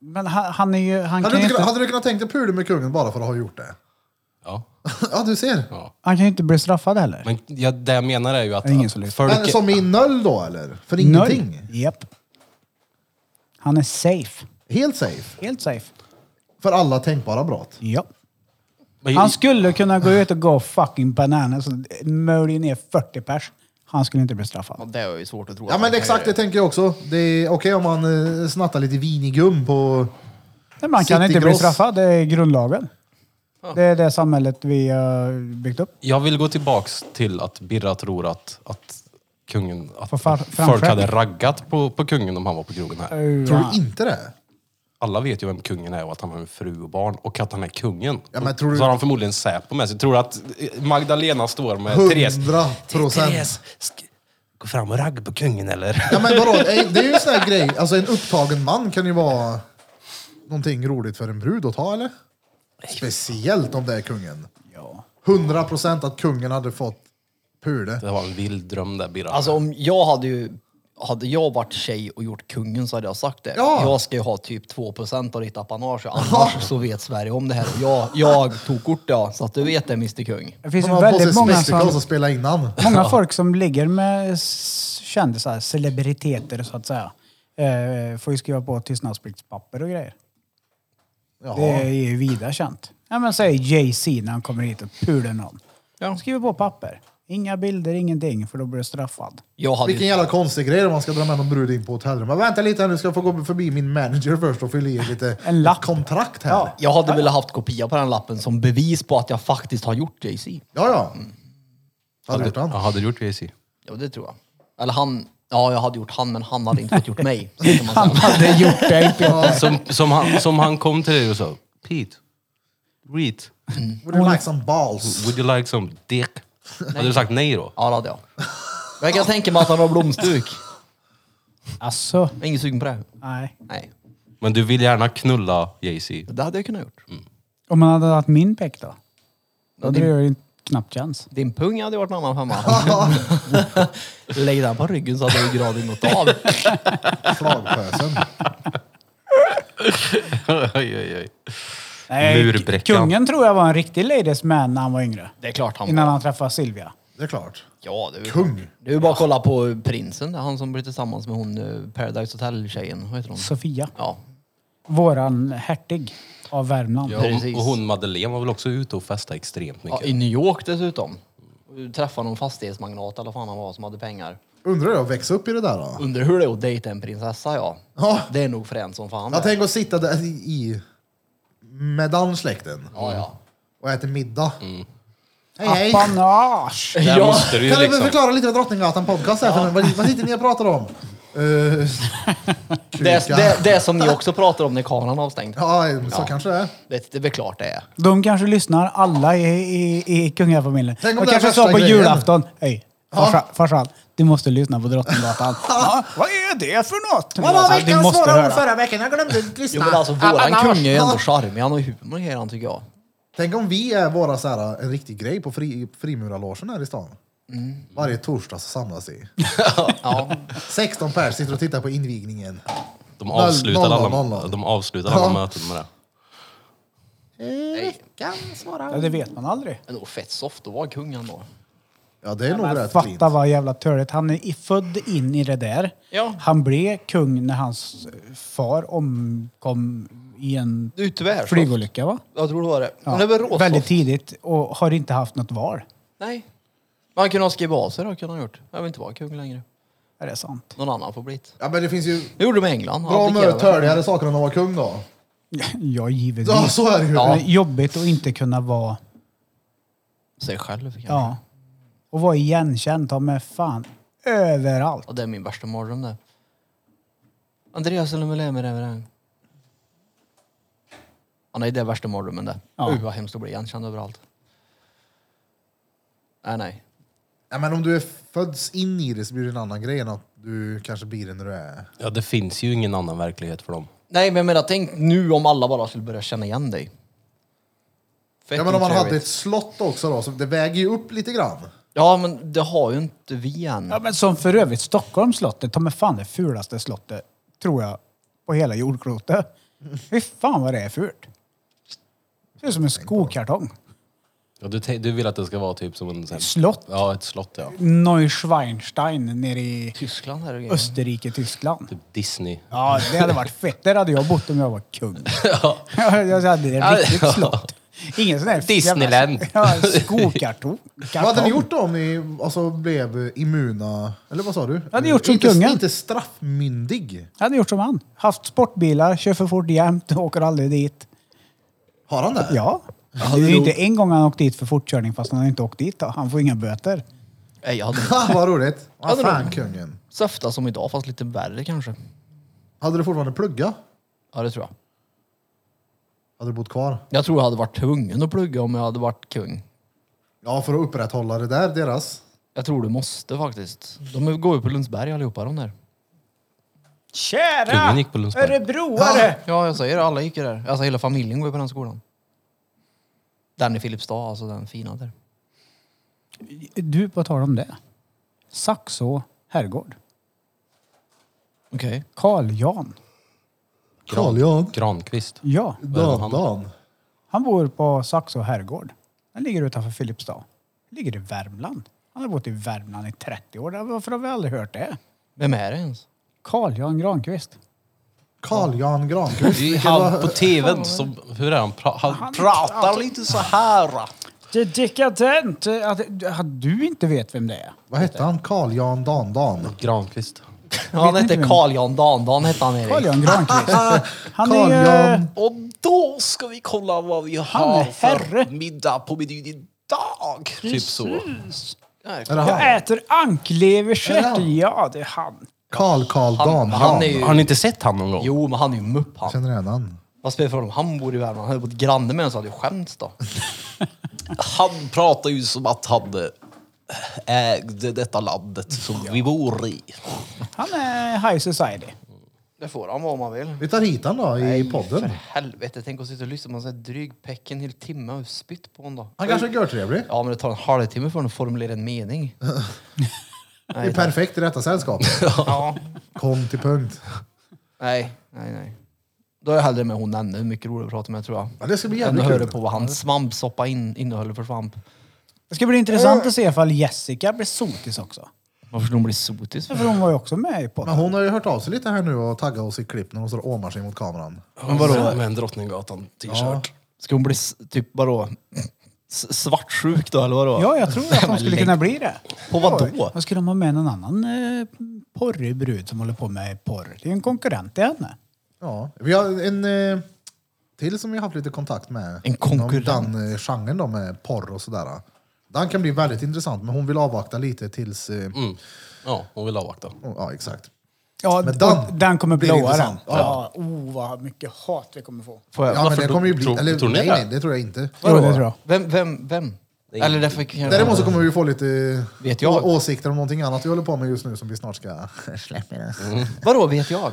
Men han, han är ju... Han Hade kan du, ju inte, inte, hade du kunnat tänka dig pula med kungen bara för att ha gjort det? Ja. Ja, du ser. Ja. han kan ju inte bli straffad heller. Men ja, det jag menar är ju att, Det är ingen att som lyssnar. Men folk... som i noll då, eller? För ingenting? Noll. Japp. Han är safe. Helt safe? Helt safe. För alla tänkbara brott? Ja. Men- Han skulle kunna gå ut och gå fucking bananas och mölja ner fyrtio pers. Han skulle inte bli straffad. Ja, det är ju svårt att tro. Ja att men han exakt, kan det tänker jag också. Det är okej om man eh, snattar lite vin i gum på... Men man kan City inte bli Gross. straffad, det är grundlagen. Det är det samhället vi har byggt upp. Jag vill gå tillbaks till att Birra tror att, att kungen... Att Få far- folk framför. hade raggat på, på kungen om han var på krogen här. Tror du inte det? Alla vet ju vem kungen är och att han har en fru och barn och att han är kungen. Ja, men tror du- Så har han förmodligen Säpo med sig. Tror du att Magdalena står med Therese? Hundra procent. Therese, ska gå fram och ragga på kungen eller? Ja men vadå, det är ju en sån här grej. Alltså en upptagen man kan ju vara någonting roligt för en brud att ta, eller? Speciellt om det är kungen. Ja. Hundra procent att kungen hade fått pule. Det var en vild dröm där, Birra. Alltså om jag hade ju... Hade jag varit tjej och gjort kungen så hade jag sagt det. Ja. Jag ska ju ha typ två procent av ditt apanage. Annars så vet Sverige om det här. Och jag, jag tog kort ja, så att du vet det, mister Kung. Det finns De ju har på sig väldigt många spectacles som, och spela innan. många folk som ligger med s- kändisar, celebriteter så att säga. Eh, får ju skriva på tystnadspliktspapper och grejer. Jaha. Det är ju vida känt. Ja men säg Jay-Z när han kommer hit och pular någon. Ja. Skriver på papper. Inga bilder, ingenting, för då blir du straffad. Jag hade Vilken ju, jävla konstig grej om man ska dra med någon brud in på hotellrum. Men vänta lite här, nu ska jag få gå förbi min manager först och fylla i lite En lapp. ett kontrakt här. Ja. Ja, jag hade velat haft kopia på den lappen som bevis på att jag faktiskt har gjort Jay-Z. ja. ja. Hade du gjort Ja, han? hade du gjort J C? Ja, det tror jag. Eller han... Ja, jag hade gjort han, men han hade inte fått gjort mig. Så kan man Han säga. hade gjort det. Peter. Som, som, han, som han kom till dig och sa, Pete, Reet, Would you like some balls? would you like some dick? Hade du sagt nej då? Ja, det hade jag. Jag kan tänka mig att han har blomstuk. Alltså, Jag är ingen sugen på det. nej. Nej, Men du vill gärna knulla Jay-Z. det hade jag kunnat gjort. Om man hade haft min peck då? Då Ja, hade din- det ju knappt chans. Din pung hade varit en annan femma. Lägg den på ryggen så hade du graden gått av. Flagpösen. oj, oj, oj. Nej, Murbräckan. kungen tror jag var en riktig ladies man när han var yngre. Det är klart han Innan var. han träffade Silvia. Det är klart. Ja, det är ju Kung. Det är ju bara att kolla på prinsen. Det är han som blir tillsammans med hon eh, Paradise Hotel-tjejen. Vad heter hon? Sofia. Ja. Våran hertig av Värmland. Ja, Precis. och, och hon Madeleine var väl också ute och festade extremt ja, mycket. i New York dessutom. Träffade någon fastighetsmagnat eller vad fan han var som hade pengar. Undrar jag att växa upp i det där då? Undrar hur det är att dejta en prinsessa, ja. Ja. Det är nog fränt som fan. Jag det. tänker att sitta där i, i med den släkten Ja, ja. och äta middag. Hej hej! Apanage! Där Ja. måste du ju Kan du liksom... förklara lite vad Drottninggatan podcast är för vad, vad sitter ni och pratar om? Uh, Det, det, det som ni också pratar om när kameran är avstängd. Ja, så Ja. kanske det är. Det, det är väl klart det är. De kanske lyssnar alla i, i, i kungafamiljen. Tänk om De det är kanske värsta sa på grejen. julafton. Hej, farsa, farsan. Du måste lyssna på Drottninggatan. Ja, vad är det för något? Vad var Alltså, du veckans måste svåra höra. ord förra veckan? Jag glömde Jo, lyssna. men alltså våran Apanage. kung är ju ändå Ja. charmig. Han har ju humor i han tycker jag. Tänk om vi är våra så här, en riktig grej på fri, frimurarlogen här i stan. Varje torsdag så samlas vi. Ja. sexton pers sitter och tittar på invigningen. De avslutar Noll, noll, alla, noll, noll. de avslutar alla Ja. möten med det. Veckans svåra Ja, det vet man aldrig. Det är nog fett soft att vara kung ändå. Ja, det är nog Men rätt fatta fint. vad jävla törligt. Han är i- född in i det där. Ja. Han blev kung när hans far omkom i en Du är tyvärr flygolycka, va? Jag tror det var det. Ja, Men det är väl råsoft. väldigt tidigt och har inte haft något val. Nej. Man kunde ha skrivit av sig då, kunde han ha gjort. Jag vill inte vara kung längre. Är det sant? Någon annan får bli. Ja, men det finns ju Det gjorde de i England. bra Abdikerade. med törligare saker än att vara kung då. Ja, givetvis. Ja, så är det ju. Det är jobbigt att inte kunna vara... Sig själv kanske. Ja. Och vara igenkänd. Ta med fan överallt. Ja, det är min värsta mardröm det. Andreas eller med med det. Ja, nej, det är värsta mardrömmen det. Ja. Uy, vad hemskt att bli igenkänd överallt. Nej, nej. Ja, men om du är föds in i det så blir det en annan grej än att du kanske blir det när du är... Ja, det finns ju ingen annan verklighet för dem. Nej, men jag menar, tänk nu om alla bara skulle börja känna igen dig. Fett Ja, men om man hade otrevligt. ett slott också då, så det väger ju upp lite grann. Ja, men det har ju inte vi än. Ja, men som för övrigt, Stockholms slottet, ta med fan det fulaste slottet, tror jag, på hela jordklotet. Fy fan vad det är fult. Det ser ut som en skokartong. Ja, du, te- du vill att det ska vara typ som en... sån här- Slott. Ja, ett slott, ja. Neuschwanstein nere i Tyskland här och grejer. Österrike, Tyskland. Typ Disney. Ja, det hade varit fett. Där hade jag bott om jag var kung. Ja. Jag hade ett riktigt slott. Ingen sån där Disneyland. Ja, skokartong. Vad hade ni gjort då om ni alltså, blev immuna? Eller vad sa du? Jag hade gjort som inte, kungen. Inte straffmyndig. Jag hade gjort som han. Haft sportbilar, kör för fort jämt, åker aldrig dit. Har han det? Ja. Det är ju inte en gång han åkt dit för fortkörning fast han har inte åkt dit då. Han får inga böter. Nej, jag hade Ha, vad roligt. Vad Hade fan, du- kungen. söfta som idag, fast lite värre kanske. Hade du fortfarande plugga? Ja, det tror jag. Hade du bott kvar? Jag tror jag hade varit tvungen att plugga om jag hade varit kung. Ja, för att upprätthålla det där, deras. Jag tror du måste faktiskt. De går ju på Lundsberg allihopa, de där. Kära Kungen gick på Lundsberg. örebroare! Ja, jag säger det. Alla gick ju där. Alltså hela familjen går ju på den skolan. Den i Filipstad, alltså den fina där. Du, på tal om det. Saxå herrgård. Okej. Carl Jan. Carl Jan. Granqvist. Ja, Dan. Dan. han bor på Saxå herrgård. Den ligger utanför Filipstad. Den ligger i Värmland. Han har bott i Värmland i trettio år. Varför har vi aldrig hört det? Vem är det ens? Carl Jan Granqvist. Carl Jan Granqvist. Det är Vilket han var- på tvn som... Hur är han? Pra, han pratar lite så här. Det är dekadent att, att du inte vet vem det är. Vad hette han? Carl Jan Dan Dan. Granqvist. Ja, han vet inte hette vem. Carl Jan Dan-Dan hette han, Erik. Carl Jan Granqvist. Han Carl är Jan. ju... Och då ska vi kolla vad vi Han har är herre. för middag på menyn idag. Typ så. Är det Jag han? äter ankleverkört. Är det Ja, det är han. Carl Carl Dan Han, Dan. han är ju... Har ni inte sett han någon gång? Jo, men han är ju mupp han. Känner igen han. Vad spelar det för honom? Han bor i Värmland. Han hade bott granne med en så hade ju skämts då. Han pratar ju som att han ägde detta landet som vi bor i. Han är high society. Det får han om man vill. Vi tar hit han då i För podden. helvete, tänk att sitta och lyssna på en sån här dryg peck en hel timme och spytt på honom då. Han kanske är görtrevlig. Ja, men det tar en halvtimme för honom att formulera en mening. Det är perfekt i detta sällskap. Ja. Kom till punkt. Nej, nej, nej. Då är jag hellre med hon Nenne. Mycket roligt att prata med, tror jag. Ja, det ska bli Än jävligt att höra kul. på vad hans svampsoppa in, innehåller för svamp. Det ska bli intressant att se ifall Jessica blir sotis också. Varför skulle hon bli sotis? För hon var ju också med i podden. Men hon har ju hört av sig lite här nu och taggat oss i klipp när hon står och åmar sig mot kameran. Men vadå? Med en Drottninggatan t-shirt. Ska hon bli s- typ vadå? S- svartsjuk då, eller vadå? Ja, jag tror att hon skulle kunna bli det. På vad då? Vad skulle de ha med någon annan eh, porrig brud som håller på med porr? Det är ju en konkurrent till henne. Ja, vi har en eh, till som vi har haft lite kontakt med. En konkurrent. Inom den eh, genren då med porr och sådär. Den kan bli väldigt intressant, men hon vill avvakta lite tills... Eh, Mm. Ja, hon vill avvakta. Ja, exakt. Ja, Men och den den kommer blir blåa den. intressant. Ja, oh, vad mycket hat vi kommer få. Får jag? Ja, men varför det då? kommer ju bli... Tror- eller, tror ni nej, det? nej, det tror jag inte. Jo, det tror jag. Vem, vem, vem? Eller därför kan jag... Däremot så kommer vi få lite Vet jag? å- åsikter om någonting annat vi håller på med just nu som vi snart ska släppa. Vadå, vet jag?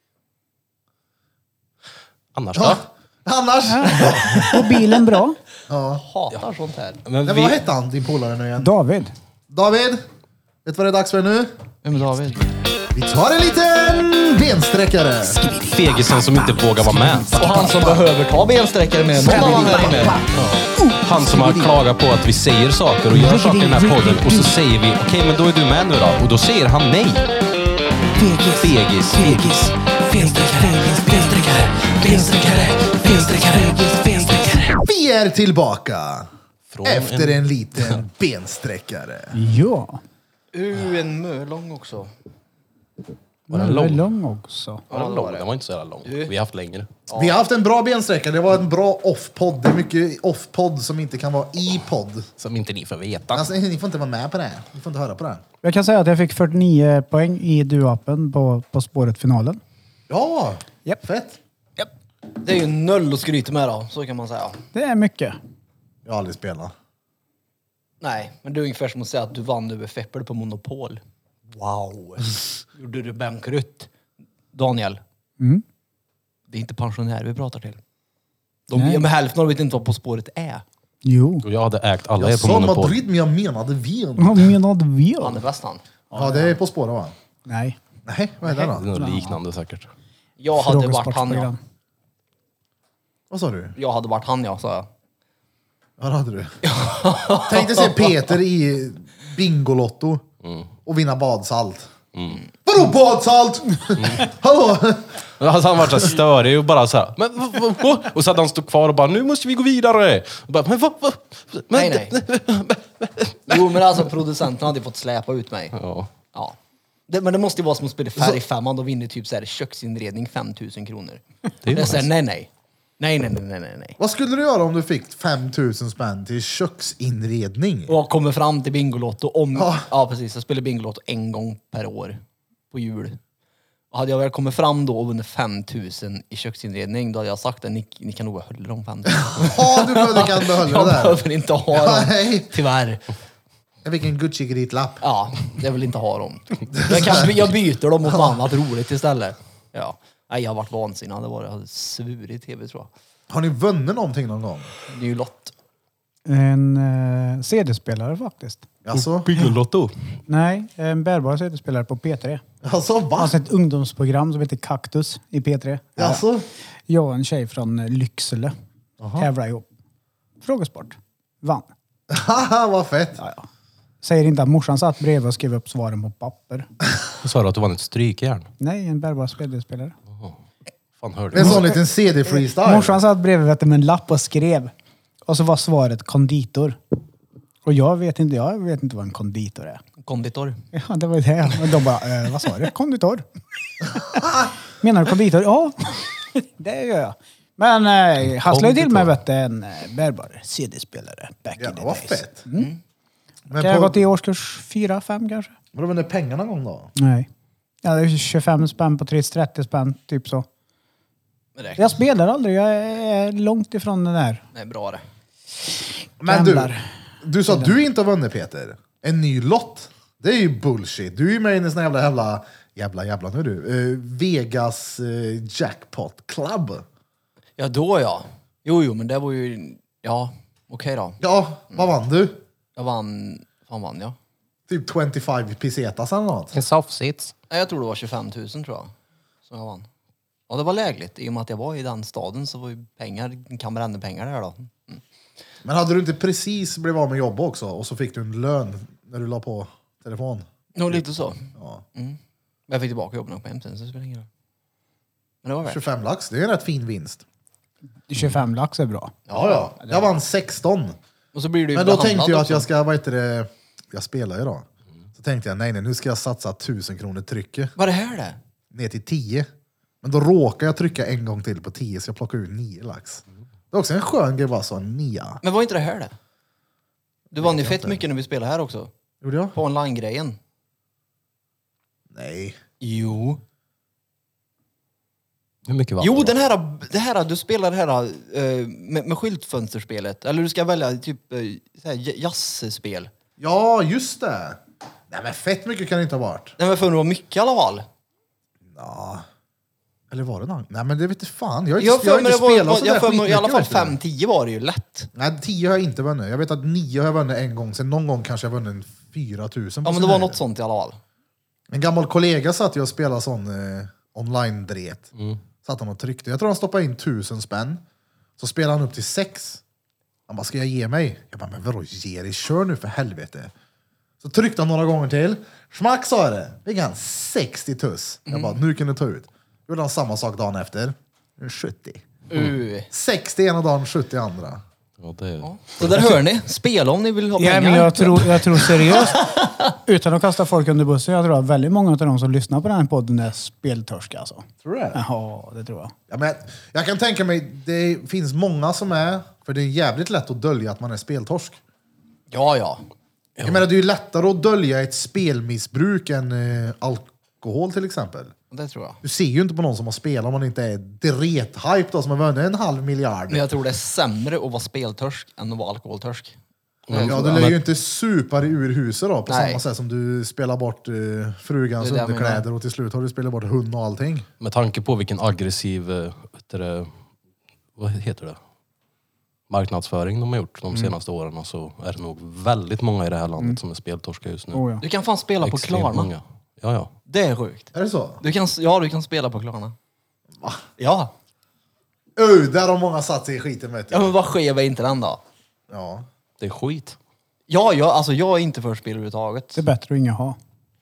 Annars Ja, då? annars! Och bilen bra? Hatar sånt här. Men Nej, vi, vad hette han, din polare nu igen? David. David! Vet du vad det är dags för nu? Vem är David? Vi tar en liten bensträckare. fegisen som inte vågar vara med. Och han som behöver ta bensträckare med någon annan här inne. Han som har klagat på att vi säger saker och gör saker i den här podden och så säger vi okej, men då är du med nu då. Och då säger han nej. Fegis. Fegis. Fegis. Bensträckare. Bensträckare. Bensträckare. Bensträckare. Bensträckare. Vi är tillbaka. Från Efter en- en liten bensträckare. Ja. Uh, en mölång också. Var den Den är lång? lång också. Var den lång? Den var inte så jävla lång. Vi har haft längre. Vi har haft en bra bensträckare. Det var en bra off-podd. Det är mycket off-podd som inte kan vara i podd. Som inte ni får veta. Alltså, ni får inte vara med på det. Ni får inte höra på det. Jag kan säga att jag fick fyrtionio poäng i du-appen på, på spåret-finalen. Ja, Japp. fett. Det är ju noll att skryta med då, så kan man säga. Det är mycket. Jag har aldrig spelat. Nej, men det är ungefär som att säga att du vann över Feppel på Monopol. Wow. Gjorde du bankrutt? Daniel, Mm. det är inte pensionärer vi pratar till. De, Nej. ja, men hälften av vet inte vad På spåret är. Jo. Och jag hade ägt alla Jag er på sa Monopol. Madrid, men jag menade Wien. Vad menade vi? Han är bäst han. Ja, det är På spåret va? Nej. Nej, vad är det Det är då? något liknande säkert. Jag hade varit han ja. Frågesportprogram. Vad sa du? Jag hade varit han, ja, sa jag. Ja, det hade du. Tänkte se Peter i Bingolotto och vinna badsalt. Mm. Vadå badsalt? Mm. Hallå? Alltså han var så störig och bara så här, men vad, vad, vad? Och så hade han stått kvar och bara, nu måste vi gå vidare. Och bara, men vad, vad? Men, Nej, nej. Jo, men alltså producenten hade fått släpa ut mig. Ja. Ja. Det, men det måste ju vara som att spela färgfemman. Då vinner typ så här köksinredning fem tusen kronor. Det är Det är så här, nice. nej, nej. Nej, nej, nej, nej, nej. Vad skulle du göra om du fick fem tusen spänn till köksinredning? Och kommer fram till Bingolotto om... Ja. Ja, precis. Jag spelar Bingolotto en gång per år på jul. Och hade jag väl kommit fram då och vunnit fem tusen i köksinredning, då hade jag sagt att ni, ni kan nog behålla de fem tusen. Ja, du behöver- kan behålla Jag det där. behöver inte ha dem, Nej. tyvärr. Jag fick en Gucci-gritlapp. Ja, jag vill inte ha dem. Jag, kan, jag byter dem mot något annat roligt istället. Ja. Nej, jag har varit vansinnig. Det var, jag hade svurit i tv, tror jag. Har ni vunnit någonting någon gång? Det är ju lott. En uh, C D-spelare faktiskt. Alltså, Bingolotto. Nej, en bärbar C D-spelare på P tre. alltså va? Alltså ett ungdomsprogram som heter Kaktus i P tre. Alltså? Jag och en tjej från eh, Lycksele tävlade ihop. Frågesport. Vann. Haha, vad fett. Ja, ja. Säger inte att morsan satt bredvid och skrev upp svaren på papper. Och sa du att du vann ett strykjärn? Nej, en bärbar C D-spelare. Fan, hörde En du? sån liten C D-freestyle. Morsan satt bredvid vet du, med en lapp och skrev. Och så var svaret konditor. Och jag vet inte, jag vet inte vad en konditor är. Konditor. Ja, det var ju det. Och de bara, eh, vad sa du? Konditor? Menar du konditor? Ja, det gör jag. Men eh, hasslade till mig vet du, en eh, bärbar C D-spelare back Ja, in det the var days. fett. Mm. Men Kan jag på, ha gått i årskurs fyra, fem kanske? var det vunnit pengar någon gång då? Nej. Ja, det är tjugofem spänn på Triss, trettio spänn, typ så. Men det Jag spelar aldrig, jag är långt ifrån det där. är bra det. Men du, Gamblar. du sa att du inte har vunnit Peter. En ny lott. Det är ju bullshit. Du är ju med i en sån jävla jävla, jävla, jävla nu är du. Uh, Vegas uh, Jackpot Club. Ja, då ja. Jo, jo, men det var ju... Ja, okej då. Ja, vad vann du? Jag vann... Fan vann jag? Typ tjugofem pesetas eller något. En soffsits. Nej, jag tror det var tjugofem tusen tror jag. Som jag vann. Och det var lägligt. I och med att jag var i den staden så var ju pengar, kan bränna pengar där då. Mm. Men hade du inte precis blivit av med jobb också och så fick du en lön när du la på telefon? Nog lite så. Ja. Mm. Men jag fick tillbaka jobben på hem sen så det spelar ingen roll. Men det var värt. tjugofem lax, det är en rätt fin vinst. tjugofem lax är bra. Ja, ja. Jag vann sexton. Och så blir du ju Men då behandlad tänkte jag att också. jag ska, vad heter det, jag spelar ju då. Så tänkte jag, nej nej, nu ska jag satsa tusen kronor trycket Vad är det här det? ner till tio. Men då råkar jag trycka en gång till på tio så jag plockar ut nio lax. Det är också en skön grej, bara så en nia. Men var inte det här det? Du vann ju fett mycket när vi spelade här också. Gjorde jag? På online-grejen. Nej. Jo. Hur mycket vann Jo, du då? den här, det här, du spelar det här uh, med, med skyltfönsterspelet. Eller du ska välja typ uh, så här j- jazzspel. Ja, just det. Nej men fett mycket kan det inte ha varit. Nej, men för det var mycket i alla fall. Ja. Eller var det någon? Nej men det vet inte fan. Jag har inte, Jag jag för har mig inte det var, spelat var, sådär jag för mig, i alla fall skitmycket, vet du. fem tio var det ju lätt. Nej, tio har jag inte vunnit. Jag vet att nio har jag vunnit en gång. Sen någon gång kanske jag vunnit en fyra tusen. Ja, men det var något sånt i alla fall. En gammal kollega satt ju och spelade sån eh, online-dret. Mm. Satt han och tryckte. Jag tror han stoppade in tusen spänn. Så spelade han upp till sex. Han bara, ska jag ge mig? Jag bara, men vadå ge dig? Kör nu för helvete. Så tryckte han några gånger till. Smack sa jag det. Fick han sextio tuss. Jag Mm. bara, nu kan du ta ut. Gjorde han samma sak dagen efter. sjuttio. Uh. sextio ena dagen, sjuttio andra. Ja, det är... Så där hör ni. Spela om ni vill ha Ja, pengar. men jag tror, jag tror seriöst, utan att kasta folk under bussen, jag tror att väldigt många av de som lyssnar på den här podden är speltörska alltså. Tror du det? Ja, det tror jag. Ja, men jag kan tänka mig, det finns många som är, för det är jävligt lätt att dölja att man är speltorsk. Ja, ja. Jag menar, det är ju lättare att dölja ett spelmissbruk än eh, alkohol till exempel. Det tror jag. Du ser ju inte på någon som har spelat om man inte är drethype då, som har vunnit en halv miljard. Men jag tror det är sämre att vara speltörsk än att vara alkoholtörsk. Ja, du lär ju inte supa dig ur huset då, på Nej. samma sätt som du spelar bort eh, frugans Det är det jag underkläder menar. och till slut har du spelat bort hund och allting. Med tanke på vilken aggressiv, eh, vet du det, vad heter det? Marknadsföring de har gjort de senaste åren, så är det nog väldigt många i det här landet som är speltorska just nu. Oh, ja. Du kan fan spela på Extremt Klarna. många. Ja, ja. Det är sjukt. Är det så? Du kan, ja, du kan spela på Klarna. Va? Ja. Öh, där har många satt sig i skiten vet Ja, jag. men vad skev är inte den då? Ja. Det är skit. Ja, jag, alltså, jag är inte för spel överhuvudtaget. Det är bättre att inga ha.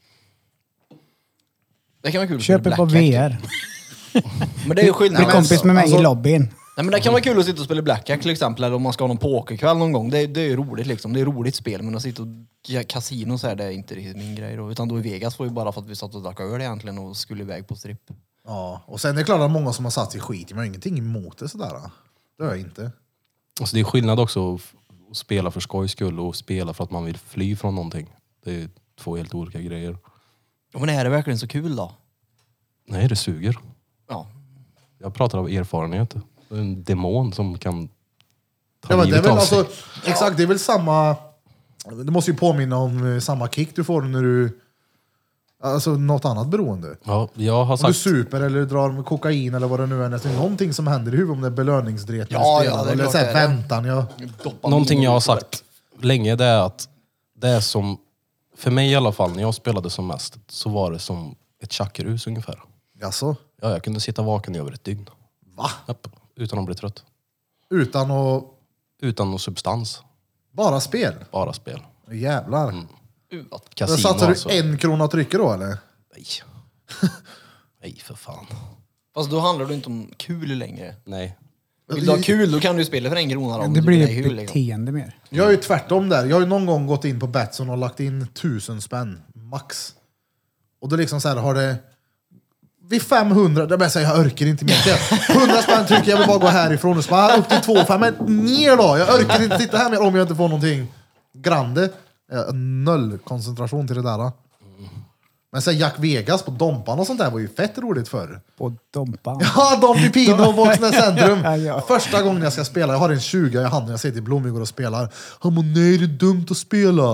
Det kan vara kul att Köp spela ett på Blackjack, V R. typ. Men det är ju skillnad. Bli kompis med mig alltså- i lobbyn. Nej, men det kan vara kul att sitta och spela Blackjack till exempel, eller om man ska ha någon pokerkväll någon gång. Det, det är ju roligt liksom. Det är roligt spel, men att sitta och ja, kasino så här, det är inte riktigt min grej då. Utan då i Vegas var ju bara för att vi satt och drack öl egentligen och skulle iväg på stripp. Ja, och sen är det klart att många som har satt sig i skit, men jag har ingenting emot det sådär. Det har jag inte. Alltså det är skillnad också att att spela för skojs skull och spela för att man vill fly från någonting. Det är två helt olika grejer. Ja, men är det verkligen så kul då? Nej, det suger. Ja. Jag pratar av erfarenhet. Det är en demon som kan ta Ja, men det är livet väl av sig. alltså, exakt, det är väl samma... Det måste ju påminna om eh, samma kick du får när du... Alltså något annat beroende. Ja, jag har Om du sagt... super eller drar med kokain eller vad det nu är. Nästan någonting som händer i huvudet, om det är belöningsdret när Ja, du ja, spelar, det är eller klart så här, det är det. väntan. Ja. Någonting jag har sagt länge, det är att det är som, för mig i alla fall, när jag spelade som mest, så var det som ett tjackerhus ungefär. Alltså, Ja, jag kunde sitta vaken i över ett dygn. va? Japp, utan att bli trött. Utan att... Utan någon substans. Bara spel? Bara spel. Jävlar. Uh, vad- Då Kasino satsar du alltså. en krona och trycker då eller? Nej. Nej, för fan. Fast då handlar det inte om kul längre. Nej. Vill du ha kul, då kan du spela för en krona då, om Det du blir tycker ett är kul, liksom. beteende mer. Jag är ju tvärtom där. Jag har ju någon gång gått in på Betsson och lagt in tusen spänn, max. Och då liksom så här har det... Vid femhundra, det bästa jag orkar inte mer. hundra spänn tycker jag vill bara gå härifrån. Och så bara, upp till två fem, men ner då! Jag orkar inte sitta här mer om jag inte får någonting grande. Jag har noll koncentration till det där. Men sen Jack Vegas på Dompan och sånt där var ju fett roligt förr. På Dompan. Ja, Dom Pino, Vuxna Centrum. Ja, ja. Första gången jag ska spela, jag har en tjugo i handen, jag säger till Blom, vi går och spelar. Han bara, nej det är dumt att spela.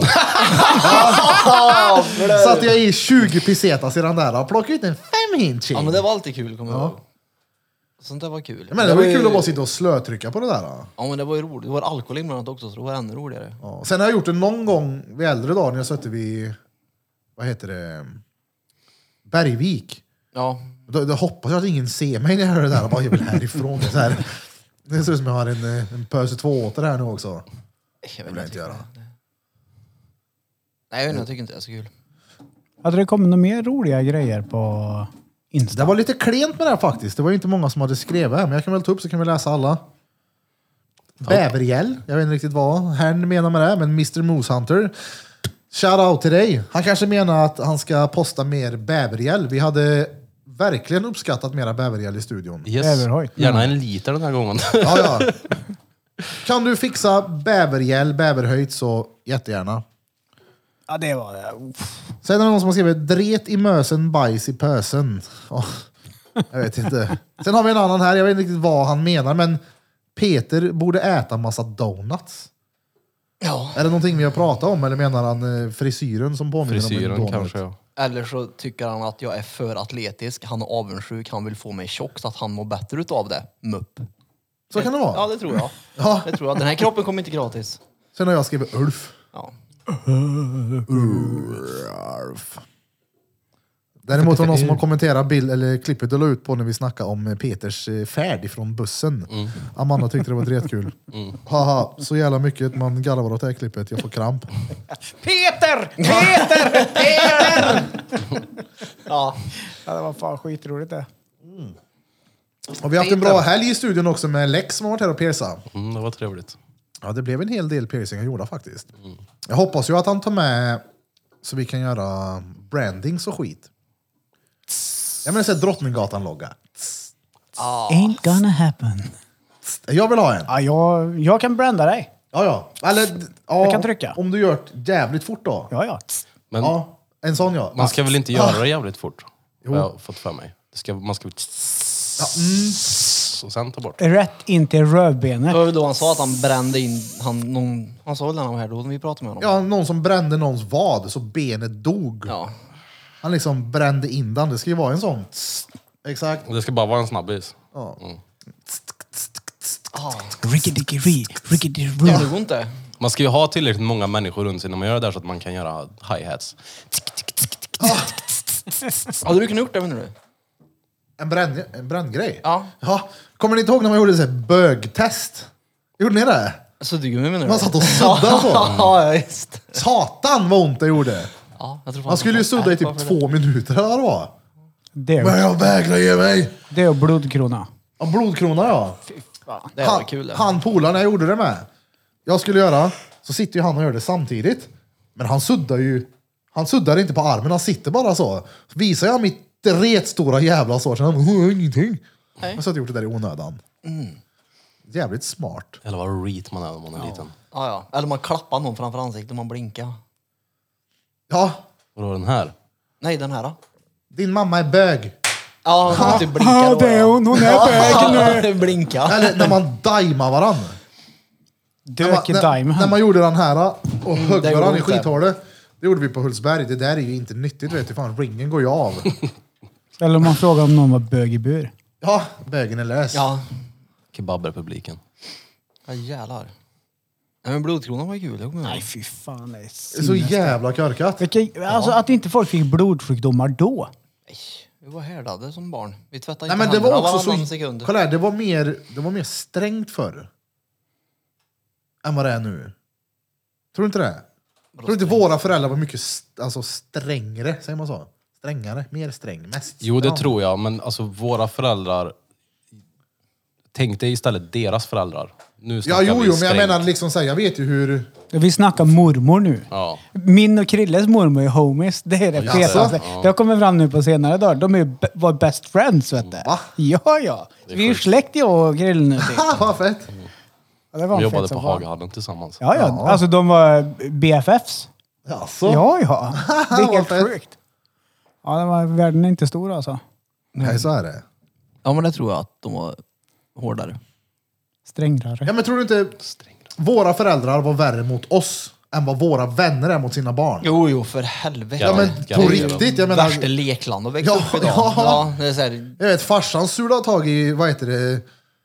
Satt jag i tjugo pesetas i den där och plockade ut en fem hinch. Ja, men det var alltid kul, kommer jag ihåg. Sånt där var kul. Men det var ju kul att bara sitta och slötrycka på det där. Då. Ja, men det var ju roligt. Det var alkohol inblandat också, så det var ännu roligare. Ja. Sen har jag gjort det någon gång vid äldre dagar när jag suttit vid, vad heter det, Bergvik. Ja. Då, då hoppas jag att ingen ser mig när jag gör det där och bara, jag vill härifrån. Det, är så här. Det ser ut som jag har en, en pöse två åter här nu också. Jag vet vill jag inte. inte göra. Nej, jag vet inte, jag tycker inte det är så kul. Hade det kommit några mer roliga grejer på Insta? Det var lite klent med det här faktiskt. Det var ju inte många som hade skrivit här, men jag kan väl ta upp så kan vi läsa alla. Bävergäll, jag vet inte riktigt vad herrn menar med det, men mister Moose Hunter. Shout out till dig. Han kanske menar att han ska posta mer bävergäll. Vi hade verkligen uppskattat mera bävergäll i studion. Yes. Överhöjt. Gärna en liter den här gången. Ja, ja. Kan du fixa bävergäll, bäverhöjt, så jättegärna. Ja, det var det. Uff. Sen är det någon som har skrivit dret i mösen, bajs i pösen. Oh, jag vet inte. Sen har vi en annan här, jag vet inte riktigt vad han menar, men Peter borde äta massa donuts. Ja. Är det någonting vi har pratat om, eller menar han eh, frisyren som påminner om en Frisyren donut? kanske, ja. Eller så tycker han att jag är för atletisk. Han är avundsjuk. Han vill få mig tjock så att han mår bättre utav det. Mupp. Så kan det vara. Ja, det tror jag. Ja. Det tror jag. Den här kroppen kommer inte gratis. Sen har jag skrivit Ulf. Ja. Ulf. Däremot var det någon som har kommenterat bild, eller klippet du la ut på när vi snackade om eh, Peters eh, färd ifrån bussen. Mm. Amanda tyckte det var dretkul. Haha, så jävla mycket man garvar åt det här klippet. Jag får kramp. Peter! Peter! Peter! Ja. Ja, det var fan skitroligt det. Och vi har haft en bra helg i studion också med Lex som har varit här och piercat. Mm, det var trevligt. Ja, det blev en hel del piercingar gjorda faktiskt. Jag hoppas ju att han tar med så vi kan göra brandings och skit. Jag menar såhär Drottninggatan-logga. Ain't gonna happen. Jag vill ha en. Ja, jag, jag kan branda dig. Ja, ja. Eller, ja, Jag kan trycka. Om du gör det jävligt fort då. Ja, ja. Men Ja, en sån ja. man ska väl inte göra det jävligt fort? Jo. Har jag fått för mig. Det ska, man ska... Ja, mm. Och sen ta bort. Rätt in till rövbenet. Det var väl då han sa att han brände in... Han, någon, han sa väl när han var här då när vi pratade med honom. Ja, någon som brände någons vad så benet dog. Ja. Han liksom brände in den. Det ska ju vara en sån. Exakt. Och det ska bara vara en snabbis. Ja. Ah. Rickety-rickety, rickety-roo. Ja, det går inte. Man ska ju ha tillräckligt många människor runt sig när man gör det där så att man kan göra hi-hats. Hade du kunnat gjort det, menar du? En, bränn, en bränngrej? Ja. ja. Kommer ni inte ihåg när man gjorde så här bögtest? Gjorde ni det? Suddgummi menar du? Man satt och suddade så. Ja, just. Satan vad ont det gjorde. Ja, jag tror fan Man skulle ju det var sudda i ärpa typ för det. två minuter eller vad det var. Det Men är, jag vägrar ge mig. det är blodkrona. Ja, blodkrona ja. Det Han, var kul. Det. han polaren jag gjorde det med. Jag skulle göra, så sitter ju han och gör det samtidigt. Men han suddar ju, han suddar inte på armen, han sitter bara så. Så visar jag mitt retstora jävla sår, så han bara, ingenting. Nej. Jag så hade gjort det där i onödan. Mm. Jävligt smart. Eller vad reet man är när man är liten. Ja, ja. Eller man klappar någon framför ansiktet och man blinkar. Ja, Vadå den här? Nej, den här då? din mamma är bög. Ja, man typ blinkar Ja, då. det är hon. Hon är bög nu. Blinka. Eller när man daimar varann. När man, Dök i när, daim. när man gjorde den här och högg det gjorde varandra i ont där. skithålet. Det gjorde vi på Hultsberg. Det där är ju inte nyttigt, vet du. Fan, ringen går ju av. Eller om man frågar om någon var bög i bur. Ja, bögen är lös. Ja. Kebabrepubliken. Ja, jävlar. Nej, men blodkronan var ju kul. Jag kommer ihåg. Nej, fy fan. Det är Det är så sinnes. jävla körkat. Vilka, alltså att inte folk fick blodsjukdomar då. Nej, vi var härdade som barn. Vi tvättade Nej, inte men det händerna var också varannan så... sekund. Kolla här, det var mer, det var mer strängt förr. Än vad det är nu. Tror du inte det? Tror du inte våra föräldrar var mycket st- alltså strängare, säger man så? Strängare, mer sträng, mest. Jo, det ja. tror jag. Men alltså våra föräldrar... Tänk dig istället deras föräldrar. Nu Ja, snackar jo, vi jo, men jag strängt. menar liksom så här, jag vet ju hur... Vi snackar mormor nu. Ja. Min och Krilles mormor är homies. Det är det Jaså? fetaste. Det har kommit fram nu på senare dagar. De är ju be- var best friends, vet du. Va? Ja, ja. Vi är ju släkt, jag och Krille nu. Typ. Ha, vad fett! Ja, det var Vi fett jobbade som på fan. Hagahallen tillsammans. Ja, ja, Ja. alltså de var B F Fs. Jaså? Ja, ja. Det är Vad helt fett. sjukt. Ja, det var, världen är inte stor alltså. Nej, så är det. Ja, men det tror jag att de var hårdare. Strängrare. Ja, men tror du inte våra föräldrar var värre mot oss än vad våra vänner är mot sina barn? Jo, jo, för helvete. Ja, men Ja, på ja. riktigt, jag menar... Värsta lekland att växa Ja, upp idag. ja. Ja, det är så här, Jag vet, farsan sulade tag i, vad heter det,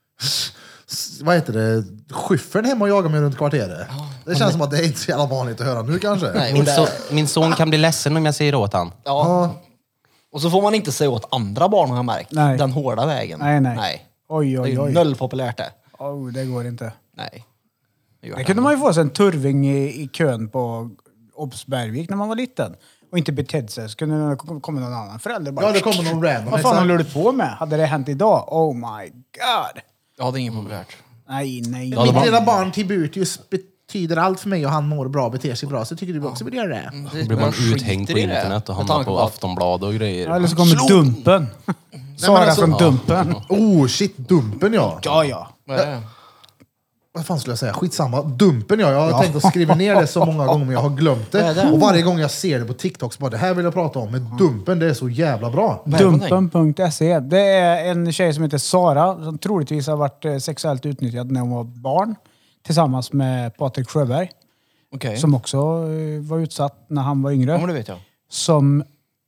vad heter det, skyffern hemma och jagade mig runt kvarteret. Det känns som att det är inte så jävla vanligt att höra nu kanske. nej, och, Min, det, so min son kan bli ledsen om jag säger åt han. ja. och så får man inte säga åt andra barn, har jag märkt. Nej. Den hårda vägen. Nej, nej. nej. Oj, Det är oj, ju oj. noll populärt det. Oh, det går inte. Nej. Det gör Det det. kunde man ju få sig en turving i, i kön på Obs Bergvik när man var liten. Och inte betedde sig. Så kunde det komma någon annan förälder bara... Ja, det kommer någon random. Vad fan exakt. håller du på med? Hade det hänt idag? Oh my god! Ja, det är inget populärt. Nej, nej. Ja, det Mitt var- lilla barn Tibutius betyder allt för mig och han mår bra och beter sig bra, så tycker du också vill göra det. Mm, Då blir man man skiter uthängd på i det. internet och Med hamnar tanke på på att- Aftonbladet och grejer. Ja, eller så kommer Dumpen. Sara alltså- från Dumpen. Oh shit, Dumpen ja. Ja, ja. Vad är det? Vad fan skulle jag säga? Skitsamma. Dumpen ja. Jag har tänkt att skriva ner det så många gånger men jag har glömt Vad är det. det? Och varje gång jag ser det på TikTok så bara, det här vill jag prata om. Men Dumpen, det är så jävla bra. Vad är det för Dumpen punkt se. Det är en tjej som heter Sara som troligtvis har varit eh, sexuellt utnyttjad när hon var barn. Tillsammans med Patrik Sjöberg. Okej. Som också eh, var utsatt när han var yngre. Ja, men det vet jag. Som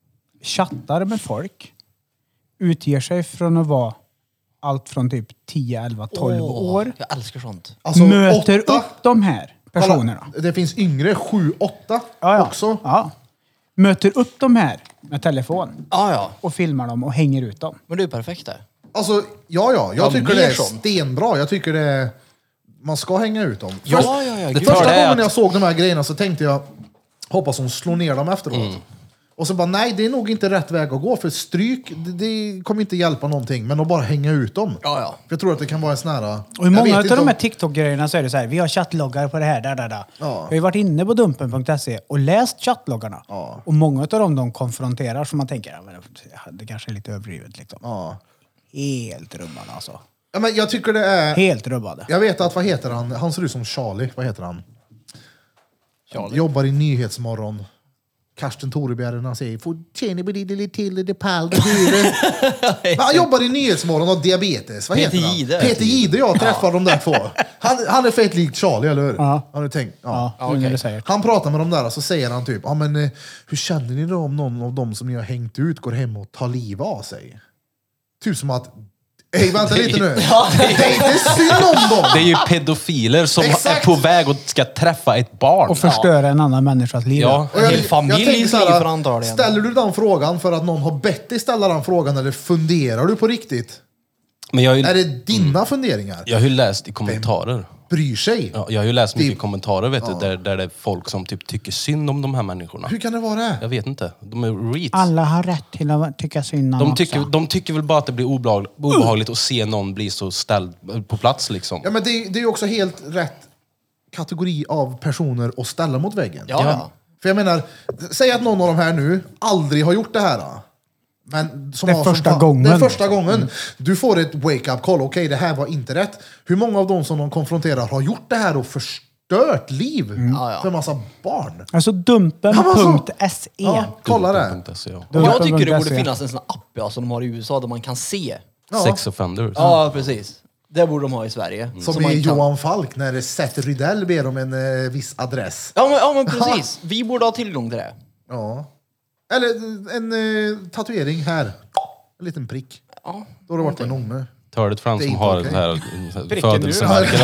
chattar med folk. Utger sig från att vara allt från typ tio, elva, tolv Åh, år. Jag älskar sånt. Alltså, möter åtta- upp de här personerna. Kolla, det finns yngre, sju, åtta Ja, ja. också. Ja. Möter upp de här med telefon Ja, ja. och filmar dem och hänger ut dem. Men det är perfekt det. Alltså, ja, ja. Jag Ja, tycker mer det är sånt. stenbra. Jag tycker det är... Man ska hänga ut dem. Ja, Först- ja, ja. det gud. tar- Första det är gången att- jag såg de här grejerna så tänkte jag, hoppas hon slår ner dem efteråt. Mm. Och så bara, nej det är nog inte rätt väg att gå, för stryk, det, det kommer inte hjälpa någonting, men att bara hänga ut dem. Ja, ja. För jag tror att det kan vara en sån här... Och i många av de här TikTok-grejerna så är det så här, vi har chattloggar på det här, där, där, där. Ja. Jag har ju varit inne på dumpen punkt se och läst chattloggarna. Ja. Och många av dem de konfronterar som man tänker, ja, men det kanske är lite överdrivet liksom. Ja. Helt rubbade alltså. Ja, men jag tycker det är... Helt rubbade. Jag vet att, vad heter han? Han ser ut som Charlie, vad heter han? Charlie. Jobbar i Nyhetsmorgon. Karsten Torebjerg, han säger "Fortjänar vi lite till det pall det hyre." Han jobbar i Nyhetsmorgon och har diabetes. Vad Peter heter han? Jihde. Peter Jihde, jag träffar de där två. Han, han är fett likt Charlie, eller hur? Ja. Har du tänkt? Ja. Ja, nu när du säger det. Han pratar med de där och så säger han typ, ja men eh, hur känner ni då om någon av dem som ni har hängt ut går hem och tar livet av sig? Typ som att Hej, vänta lite nu. Ja, Det är inte synd om dem. Det är ju pedofiler som Exakt. är på väg och ska träffa ett barn. Och förstöra en annan människas liv. Ja. Och jag- hel familjs jag tänker så här, liv för antagligen. Ställer du den frågan för att någon har bett dig ställa den frågan eller funderar du på riktigt? Men jag har, Är ju, det dina funderingar? jag har ju läst i kommentarer. Bryr sig? Ja, jag har ju läst mycket Typ- kommentarer vet du, där, där det är folk som typ tycker synd om de här människorna. Hur kan det vara det? Jag vet inte. De är reats. Alla har rätt till att tycka synd om De också. tycker, de tycker väl bara att det blir obehagligt, obehagligt att se någon bli så ställd på plats liksom. Ja, men det, är- det är ju också helt rätt kategori av personer att ställa mot väggen. Ja, ja. För jag menar, säg att någon av de här nu aldrig har gjort det här. Då. Men som Det är har som första fan- gången. Det är första gången. Du får ett wake-up call. Okej, det här var inte rätt. Hur många av dem som de konfronterar har gjort det här och förstört liv Ja, ja. för en massa barn? Alltså dumpen Han var så- punkt se. Ja, kolla det. Dumpen.se, ja. Dumpen Jag tycker det punkt borde se. finnas en sån app ja, som de har i U S A där man kan se. Ja. Sex offenders. Ja, precis. Det borde de ha i Sverige. Som Så i man kan- Johan Falk när Seth Rydell ber om en eh, viss adress. Ja men, ja, men precis. Vi borde ha tillgång till det. Ja. Eller en eh, tatuering här. En liten prick. Ja. Då har det varit med Nonne. Törligt för han Det är som inte har okej. det här Pricken nu. födelsemärke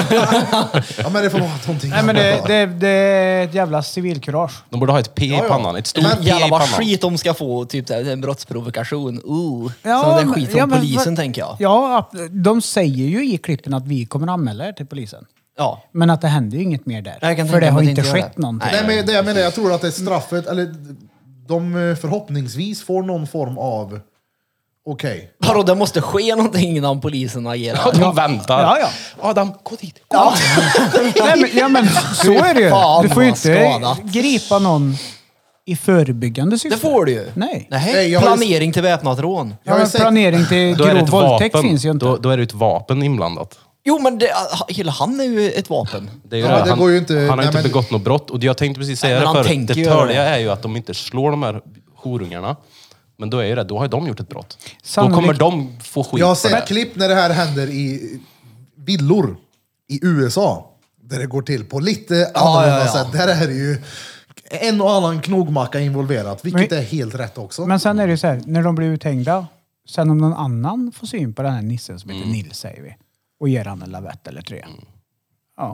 där. Ja, men det får vara någonting Nej men annat det, då. det, det är ett jävla civilkurage. De borde ha ett P i Ja, ja. pannan. Ett stort Men P i Jävlar vad pannan. skit de ska få, typ det här, en brottsprovokation. Uh. Ja, Sån där men- skit från ja, men polisen vad- tänker jag. Ja, de säger ju i klippen att vi kommer anmäla er till polisen. Ja. Men att det händer ju inget mer där. Jag kan För tänka det mig har att det inte inte gör skett det. någonting. Nej, men det jag menar, jag tror att det är straffet, eller de eh, förhoppningsvis får någon form av okej. Vadå, det måste ske någonting innan polisen agerar. Ja, de väntar. Ja, ja. Adam, gå dit. Ja. Nej, men, ja, men så är det ju. Fan, Du får ju vad inte skadat. gripa någon i förebyggande syfte. Det får du ju. Nej. Nej. Nej, jag har ju- Planering till väpnat rån. Ja, har ju men sett- planering till Då är det grov ett våldtäkt vapen. finns ju inte. Då, då är det ett vapen inblandat. Jo men det, hela han är ju ett vapen. Det är ju Ja, det. det Han, går ju inte- han har nej, inte men- begått något brott. Och jag tänkte precis säga Nej, men det han förut. tänker Det göra törliga det. är ju att de inte slår de här horungarna. Men då är ju det, då har ju de gjort ett brott. Då Sannolikt- kommer de få skit Jag har för sett det. klipp när det här händer i villor i U S A. Där det går till på lite annorlunda ja, ja. sätt. Där är det ju en och annan knogmacka involverat. Vilket Men- är helt rätt också. Men sen är det ju så här, när de blir uthängda, sen om någon annan får syn på den här nissen som heter Nils säger vi, och ger han en lavett eller tre. Ja,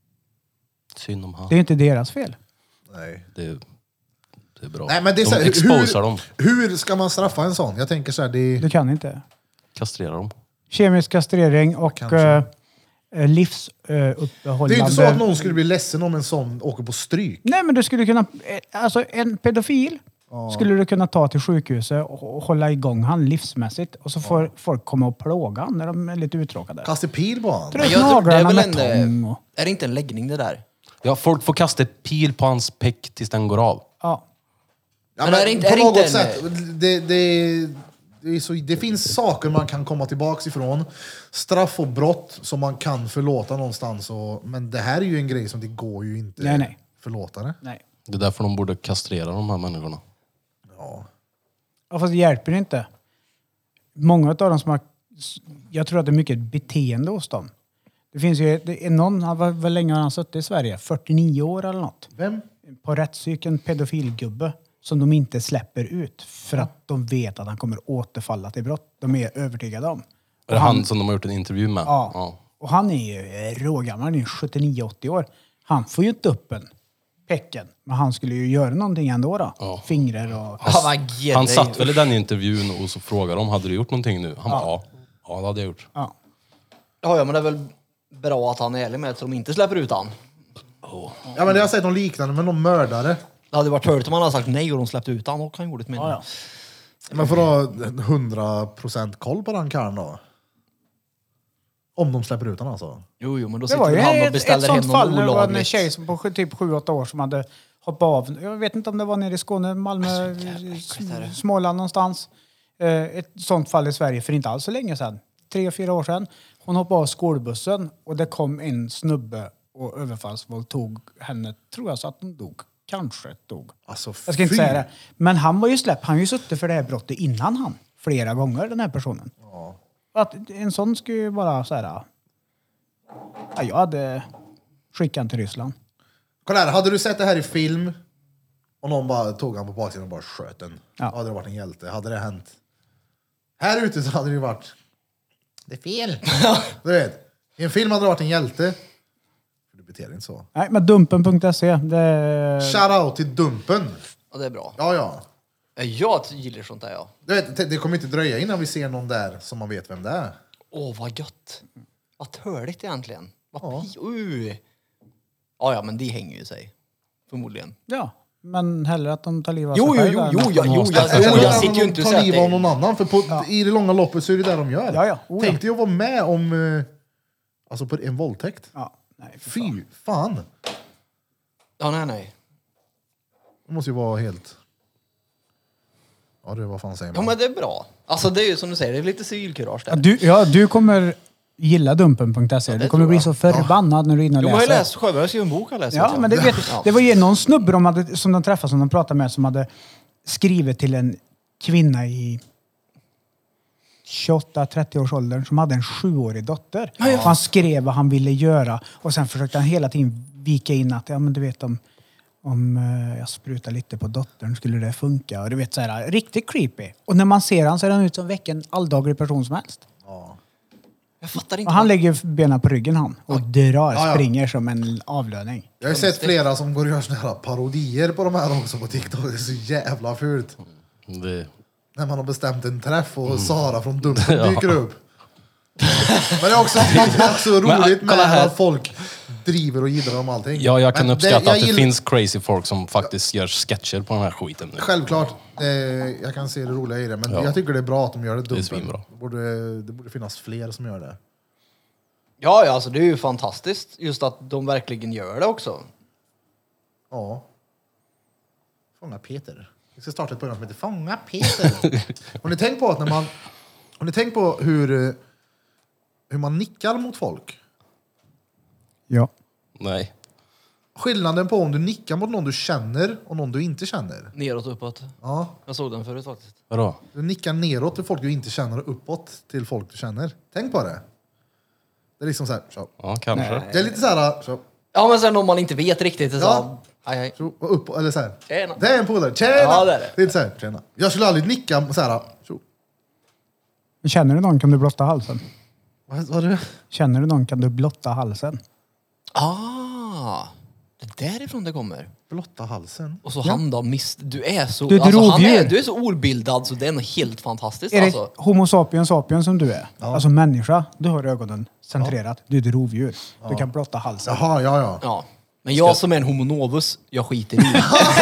Synd om han. det är inte deras fel. Nej. Det, det är bra. Nej, men det är så de här, exposar dem. hur, hur ska man straffa en sån? Jag tänker så här, det Du kan inte. Kastrerar dem. Kemisk kastrering och Kanske. uh, livsuppehållande... Det är ju inte så att någon skulle bli ledsen om en sån åker på stryk. Nej, men du skulle kunna... eh, Alltså en pedofil skulle du kunna ta till sjukhuset och, och hålla igång han livsmässigt. Och så får folk komma och plåga han när de är lite uttråkade. Kasta pil på han. Dra Men ut jag tror det är naglarna väl med en... tång. eh, Och, Är det inte en läggning det där? Ja, folk får kasta ett pil på hans peck tills den går av. ja. Ja, Men men är det inte- på är det något inte en- sätt. Det, det, det, är så, det finns saker man kan komma tillbaks ifrån. Straff och brott som man kan förlåta någonstans. Och, men det här är ju en grej som det går ju inte Nej, nej. förlåta det. Nej. Det är därför de borde kastrera de här människorna. Ja. Ja, fast det hjälper inte. Många av dem som har... Jag tror att det är mycket beteende hos dem. Det finns ju... Det är någon, han var väl länge har han suttit i Sverige? fyrtionio år eller något. Vem? På rättspsyk, en pedofilgubbe som de inte släpper ut för att de vet att han kommer återfalla till brott. De är övertygade om. Är det han som de har gjort en intervju med? Ja. Och han är ju rågammal, han är sjuttionio åttio år. Han får ju inte upp en pecken. Men han skulle ju göra någonting ändå då. Ja. Fingrar och... Ja, vad ger Han dig? satt väl i den intervjun och så frågade de, hade du gjort någonting nu? Han bara, ja. Ja, det hade jag gjort. Ja. Ja, ja, men det är väl bra att han är ärlig med att de inte släpper ut han. Ja, men jag har sett någon liknande med någon mördare. Det hade varit törligt om han hade sagt nej och de släppte ut han och han gjorde ett minne. Ja, ja. Men för att ha hundra procent koll på den karln då? Om de släpper ut den alltså. Jo, jo, men då Det sitter var ju väl han och ett, ett beställer hem sånt fall. någon Det var en olagligt. tjej som på sju- typ sju åtta år som hade hoppat av. Jag vet inte om det var nere i Skåne, Malmö, Alltså, jävla skit är det. Småland någonstans. Eh, Ett sånt fall i Sverige för inte alls så länge sedan. Tre, fyra år sedan. Hon hoppade av skolbussen och det kom en snubbe och överfallsvåldtog henne. Tror jag så att hon dog. Kanske dog. Alltså, Jag ska inte fy. säga det. Men han var ju släppt. Han har ju suttit för det här brottet innan han. Flera gånger, den här personen. Att en sån skulle ju bara så här... Ja, jag hade skickat han till Ryssland. Kolla här, hade du sett det här i film och någon bara tog han på baksidan och bara sköt den? Ja. Hade det varit en hjälte? Hade det hänt? Här ute så hade det ju varit det är fel. Du vet, i en film hade du varit en hjälte. Du beter dig inte så. Nej, men dumpen punkt se. Det... Shout out till Dumpen. Ja, det är bra. Ja, ja. Jag gillar sånt där, ja. Du vet, det kommer inte dröja innan vi ser någon där som man vet vem det är. Åh, vad gött. Vad törligt egentligen. Vad Ja. pi- uh. Ja, ja, men det hänger ju sig. Förmodligen. Ja, men hellre att de tar livet av Jo, sig jo, själva jo, än jo, att ja, de jo, måste- jag, jo, Eller jag att sitter ju de inte och tar säger livet av att någon det... annan. För på, Ja. i det långa loppet så är det där de gör. Ja, ja. Oh, ja. Tänk dig att vara med om eh, alltså på en våldtäkt. Ja, nej, för Fy fan. fan. Ja, nej, nej. Det måste ju vara helt... Ja, det vad fan säger Ja, man? men det är bra. Alltså, det är ju som du säger, det är lite civilkurage där. Ja, du, ja, du kommer gilla dumpen punkt se. det Du kommer tror bli jag. så förbannad när du är inne och Jo, men jag har ju läser. läst Sjöberg, jag skrev en bok jag läser. Ja, men det, vet, det var ju någon snubbe de hade, som de träffade, som de pratade med, som hade skrivit till en kvinna i tjugoåtta trettio års åldern som hade en sjuårig dotter. Och han skrev vad han ville göra och sen försökte han hela tiden vika in att, ja men du vet om, om eh, jag sprutar lite på dottern skulle det funka. Och du vet så här, riktigt creepy. Och när man ser han ser han ut som vilken alldaglig person som helst. Jag fattar inte. Och han lägger benen på ryggen han och drar, Ja, ja. springer som en avlöning. Jag har ju sett flera som går och gör såna här parodier på de här också på TikTok. Det är så jävla fult. Det, När man har bestämt en träff och Sara från Dumpen dyker upp. Men det är också, det är också roligt kolla med här. att folk driver och gillar om allting. ja, jag kan Men uppskatta jag att det gillar- finns crazy folk som faktiskt gör sketcher på den här skiten nu. Självklart, eh, jag kan se det roliga i det. Men Ja. jag tycker det är bra att de gör det Dumpen. svinbra. Det borde, det borde finnas fler som gör det. Ja, ja, alltså det är ju fantastiskt just att de verkligen gör det också. Ja. Fånga Peter. Vi ska starta ett program som heter Fånga Peter. Har ni tänkt på att när man... Har ni tänkt på hur, eh, hur man nickar mot folk? Ja. Nej. Skillnaden på om du nickar mot någon du känner och någon du inte känner. Neråt och uppåt. Ja. Jag såg den förut faktiskt. Vadå? Du nickar neråt till folk du inte känner och uppåt till folk du känner. Tänk på det. Det är liksom så här. Så. Ja, kanske. Det är lite så här. Så, Ja, men sen om man inte vet riktigt. Det är så, Ja. hej, hej. så, och upp, eller så här. Tjena. Det är en polare. Tjena! Ja, det är det. Det är inte så här. Tjena. Jag skulle aldrig nicka så här. Så. Känner du någon kan du blotta halsen. Vad vad är det? Känner du någon kan du blotta halsen. Ah, det är därifrån det kommer. Blotta halsen. Och så han då, miss, du är så... Du är ett alltså, han är, rovdjur. du är så obildad så det är nog helt fantastiskt. Är det Alltså. homo sapiens sapiens som du är? Alltså människa. Du har ögonen centrerat. Du är ett rovdjur. Du kan blotta halsen. Jaha, ja, ja. Ja. Men jag som är en homo novus, jag skiter i.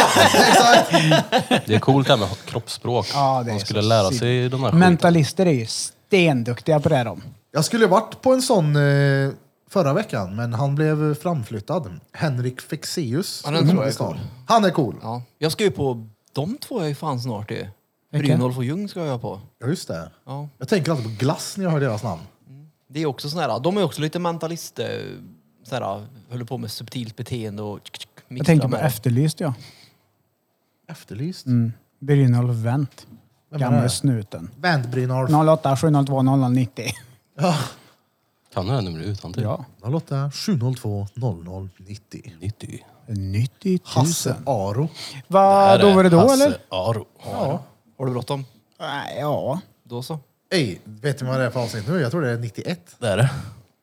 Det är coolt det här med kroppsspråk. Ja, det är Man skulle så lära synd. sig de här skiten. Mentalister är ju stenduktiga på det här. De. Jag skulle varit på en sån eh, förra veckan, men han blev framflyttad. Henrik Fexeus. Ja, den tror jag är i stan. cool. Han är cool. Ja. Jag ska ju på... De två är ju fan snart ju. Vilka? Brynolf och Ljung ska jag på. Ja, just det. Ja. Jag tänker alltid på glass när jag hör deras namn. Det är också sån här, de är också lite mentalist, eh, sån här, håller på med subtilt beteende och Jag tänker på Efterlyst, ja. Efterlyst. Mm. Brynolf Wendt. Vem är Gamla det? snuten. Vänt Brynolf. noll åtta sju noll två noll noll nittio. Ja. Kan du det här numret utan till? Ja. noll åtta sju noll två noll noll nittio. nittio. nittio Hasse tusen. Aro. Vad då var det då Hasse eller? Aro. Ja. Har du bråttom? Nej, ja. Då så. Ey, vet ni vad det är för avsnitt nu? Jag tror det är nittioett. Det är det.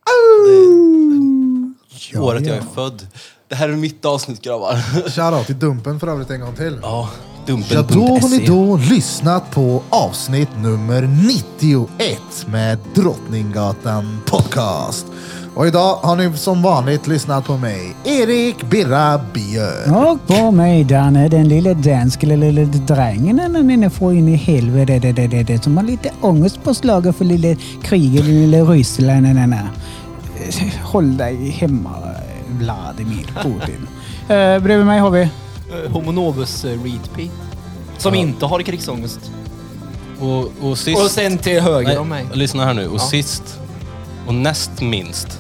Ja, Året jag ja. är född. Det här är mitt avsnitt grabbar. Shoutout till Dumpen för övrigt en gång till. Ja, Ja, dumpen då har ni punkt se. då lyssnat på avsnitt nummer nittioett med Drottninggatan Podcast. Och idag har ni som vanligt lyssnat på mig, Erik Birra Björn. Och på mig Danne, den lilla danske lilla drängen när ni får in i helvete det, det, det, det, som har lite ångest på slaget för lilla kriget i lilla Ryssland. Nej, nej, nej. Håll dig hemma, Vladimir Putin. uh, bredvid mig har vi... Uh, homo novus uh, Reedpy. Som inte har krigsångest. Och, och sist... Och sen till höger Nej, om mig. lyssna här nu. Och Ja. sist och näst minst.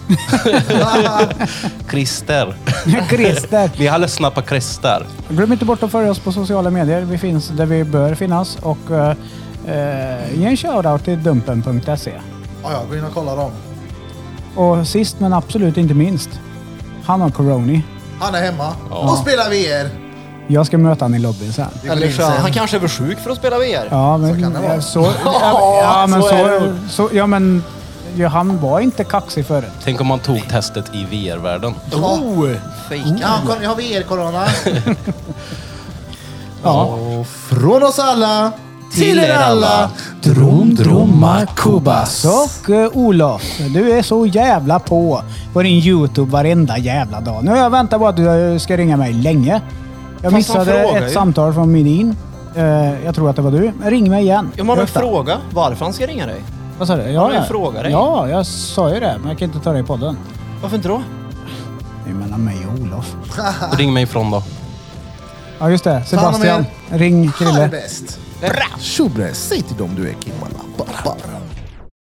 Christer. Christer. Vi har lyssnat på Christer. Glöm inte bort att följa oss på sociala medier. Vi finns där vi bör finnas. Och uh, uh, ge en shoutout till dumpen punkt se. Ja, ja, gå in och kolla dem. Och sist men absolut inte minst, han har corona. Han är hemma Ja. och spelar V R. Jag ska möta han i lobbyn sen. Vi går Eller in så, sen. han kanske är för sjuk för att spela V R. Ja, men Så kan det vara. Så, ja, ja, men så så, är det så, ja, men ja, han var inte kaxig förut. Tänk om man tog testet i V R-världen. Oh, fake. Ja, kom, jag har V R-corona. Ja. Och från oss alla Till er alla. Drom, dromma, kubas. Och uh, Olof, du är så jävla på på din YouTube varenda jävla dag. Nu har jag väntat på att du ska ringa mig länge. Jag Fast han missade frågar ett ju. samtal från Midin. Uh, jag tror att det var du. Ring mig igen. Jag har en Just det. fråga varför han ska ringa dig. Vad sa du? Han Ja, har ju ja. frågat dig. Ja, jag sa ju det. Men jag kan inte ta det i podden. Varför inte då? Det är mellan mig och Olof. Ring mig ifrån då. Ja, just det. Sebastian. Ring Ha det Krille. bäst. Tjobre, säg till dem du är Kimmala. Bara.